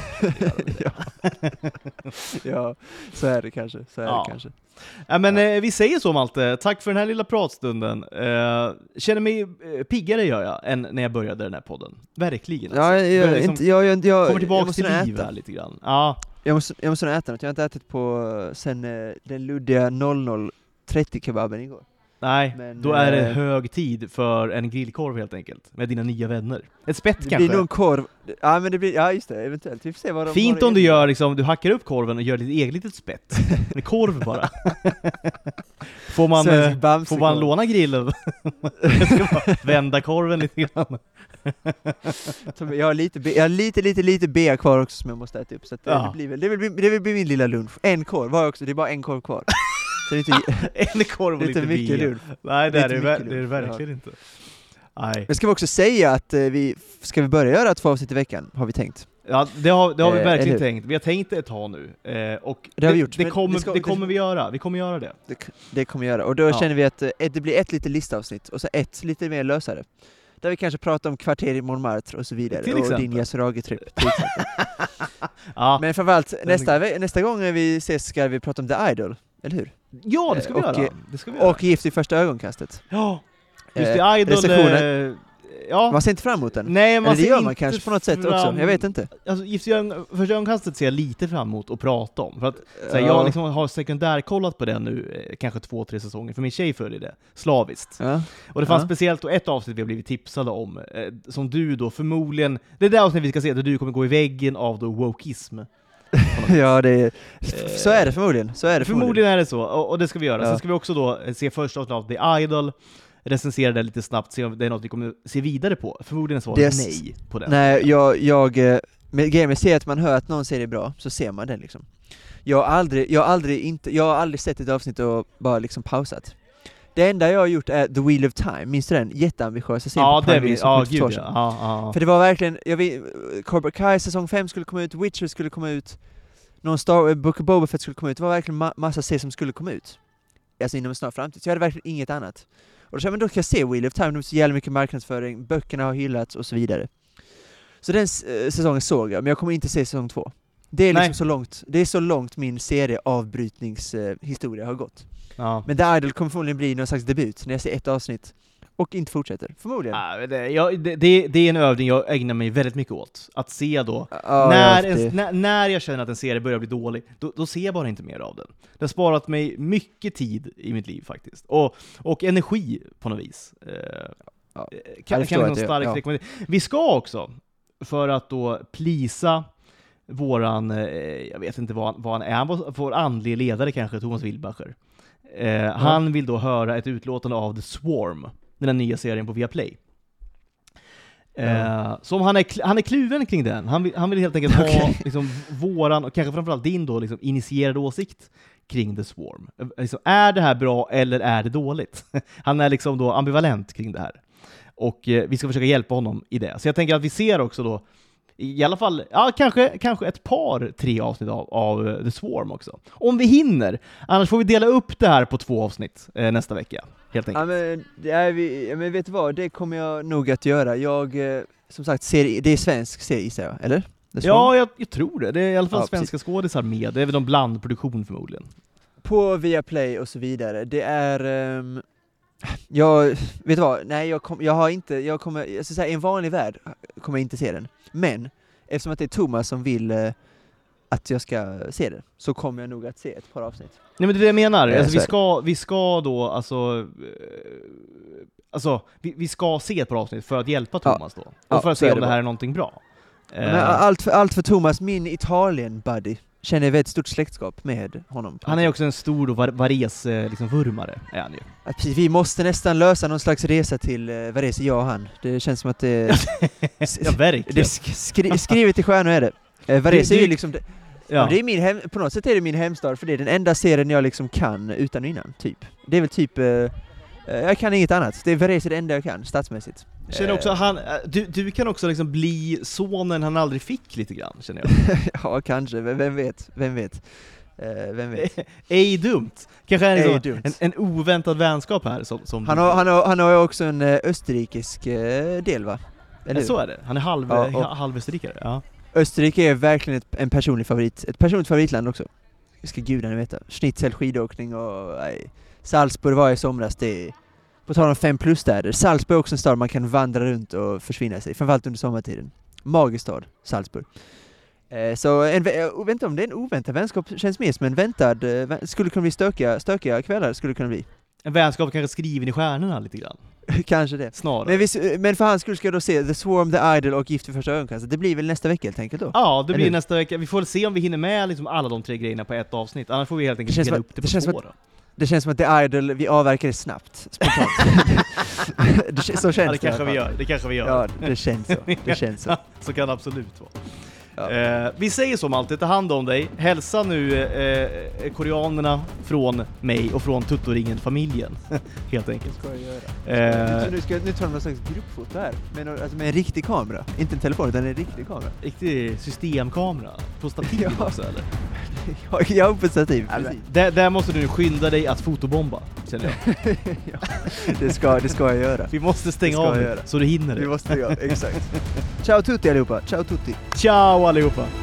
Ja, så är det kanske. Ja, men vi säger så, Malte. Tack för den här lilla pratstunden. Känner mig piggare gör jag än när jag började den här podden. Verkligen. Alltså. Jag kommer tillbaka till liv här lite grann. Ja. Jag måste nog äta något. Jag har inte ätit på sen den luddiga 00:30 kebaben igår. Nej, men, då är det hög tid för en grillkorv helt enkelt, med dina nya vänner. Ett spett kanske. Det blir nog korv. Ja, men det blir, ja just det, eventuellt. Vi får se vad de fint om du gör liksom, du hackar upp korven och gör ditt eget litet spett. En korv bara. Får man låna grillen? Vända korven lite grann. Jag har lite bea kvar också som jag måste äta upp, så att det vill bli min lilla lunch. En korv var också, det är bara en korv kvar. Så det är inte, en korv och lite mycket lunch. Nej, det är det verkligen inte. Nej. Men ska vi också säga att ska vi börja göra 2 avsnitt i veckan, har vi tänkt. Ja, det har vi verkligen tänkt. Vi har tänkt ett tag nu. Och det har vi gjort. Det kommer vi göra. Vi kommer göra det. Det kommer vi göra. Och då känner vi att det blir ett lite listavsnitt och så ett lite mer lösare. Där vi kanske pratar om kvarter i Montmartre och så vidare. Och din Yasuragi-trip till exempel. Men framförallt, nästa gång vi ses ska vi prata om The Idol, eller hur? Ja, det ska vi göra. Och Gift i första ögonkastet. Ja, just The Idol. Man ser inte fram emot den. Nej, eller det gör man kanske på något sätt också. Jag vet inte. Alltså, Gift i första ögonkastet ser jag lite fram emot att prata om. För att jag liksom har sekundärkollat på det nu, kanske 2-3 säsonger. För min tjej följer det slaviskt. Ja. Och det fanns speciellt då ett avsnitt vi har blivit tipsade om. Som du då förmodligen... Det är det avsnitt vi ska se, där du kommer gå i väggen av då wokeism. Ja, så är det förmodligen. Förmodligen är det så, och det ska vi göra. Sen ska vi också då se första avsnittet av The Idol, recensera det lite snabbt, se om det är något vi kommer se vidare på. Förmodligen svarar nej på det. Nej, med grejen ser att man hör att någon säger det bra, så ser man den liksom. Jag har aldrig sett ett avsnitt och bara liksom pausat. Det enda jag har gjort är The Wheel of Time. Minns du den? Jätteambitiösa scen på Prime Video. För det var verkligen, Cobra Kai säsong 5 skulle komma ut, Witcher skulle komma ut, Book of Boba Fett skulle komma ut. Det var verkligen massa serier som skulle komma ut. Alltså inom en snar framtid. Så jag hade verkligen inget annat. Och då sa jag, men då ska jag se Wheel of Time. Det är så jävla mycket marknadsföring, böckerna har hyllats och så vidare. Så den säsongen såg jag, men jag kommer inte se säsong 2. Det är liksom så långt min serieavbrytningshistoria har gått. Ja. Men The Idol kommer förmodligen bli någon slags debut när jag ser ett avsnitt och inte fortsätter, förmodligen. Det är en övning jag ägnar mig väldigt mycket åt. Att se då, när jag känner att en serie börjar bli dålig, då ser jag bara inte mer av den. Det har sparat mig mycket tid i mitt liv faktiskt. Och energi på något vis. Kan starkt rekommendera. Vi ska också, för att då plisa våran, jag vet inte vad han är, vår andlig ledare kanske, Thomas Wilbacher. Han vill då höra ett utlåtande av The Swarm, den nya serien på Viaplay. Som han är kluven kring den. Han vill helt enkelt ha liksom, våran, och kanske framförallt din då, liksom, initierad åsikt kring The Swarm. Liksom, är det här bra eller är det dåligt? Han är liksom då ambivalent kring det här. Och vi ska försöka hjälpa honom i det. Så jag tänker att vi ser också då i alla fall, kanske ett 3 avsnitt av The Swarm också. Om vi hinner. Annars får vi dela upp det här på 2 avsnitt nästa vecka, helt enkelt. Men vet du vad? Det kommer jag nog att göra. Jag, som sagt, det är svensk serie, gissar jag, eller? Ja, jag tror det. Det är i alla fall svenska skådisar med. Det är väl en blandproduktion förmodligen. På Viaplay och så vidare. Det är... vet du vad? Nej, jag kommer i en vanlig värld kommer jag inte se den. Men eftersom att det är Thomas som vill att jag ska se det, så kommer jag nog att se ett par avsnitt. Nej, men det är det jag menar. Så Vi ska då vi ska se ett par avsnitt för att hjälpa Thomas då. Och för att se om det här är någonting bra. Men allt för Thomas, min Italien-buddy, känner jag ett stort släktskap med honom. Han är också en stor Varese liksom vurmare, är han ju. Vi måste nästan lösa någon slags resa till Varese, jag och han. Det känns som att det... Ja, verkligen. Skrivet i stjärnor är det. Varese är ju liksom... Ja. Det är på något sätt är det min hemstad, för det är den enda serien jag liksom kan utan och innan, typ. Det är väl typ... jag kan inget annat. Det är Varese det enda jag kan, statsmässigt. Jag känner också du kan också liksom bli sonen han aldrig fick lite grann, känner jag. Ja, kanske. Vem vet? Ej dumt. Kanske är liksom en oväntad vänskap här. Som han har ju också en österrikisk del, va? Eller så är det. Han är halvösterrikare. Ja. Österrike är verkligen en personlig favorit. Ett personligt favoritland också. Det ska gudarna veta. Schnitzel, skidåkning och... Salzburg var i somras, det är... På tal om 5+-städer. Salzburg är också en stad man kan vandra runt och försvinna sig. Framförallt under sommartiden. Magisk stad, Salzburg. Så jag vet inte om det är en oväntad vänskap. Känns mer som en väntad... Skulle kunna bli stökiga kvällar. Skulle kunna bli. En vänskap kanske skriven i stjärnorna lite grann. Kanske det. Snarare. Men för han skulle ska då se The Swarm, The Idol och Gift i första ögonkastet. Det blir väl nästa vecka helt enkelt då? Ja, det blir nästa vecka. Vi får se om vi hinner med liksom alla de 3 grejerna på ett avsnitt. Annars får vi helt enkelt dela upp det på 2 då. Det känns som att The Idol, vi avverkar det snabbt, spontant. Så känns det kanske vi gör. Ja, det känns så. Så kan det absolut vara. Ja. Vi säger som alltid, ta hand om dig. Hälsa nu koreanerna från mig och från Tuttoringen-familjen. Helt enkelt. Ska jag göra. Nu tar de någon slags gruppfoto här. Med en riktig kamera. Inte en telefon, utan en riktig kamera. Riktig systemkamera. På stativ också, eller? Ja, på stativ. Där måste du skynda dig att fotobomba, känner jag. Ja, det ska jag göra. Vi måste stänga av så du hinner det. Vi måste göra, exakt. Ciao tutti allihopa. Ciao tutti. Ciao allihopa.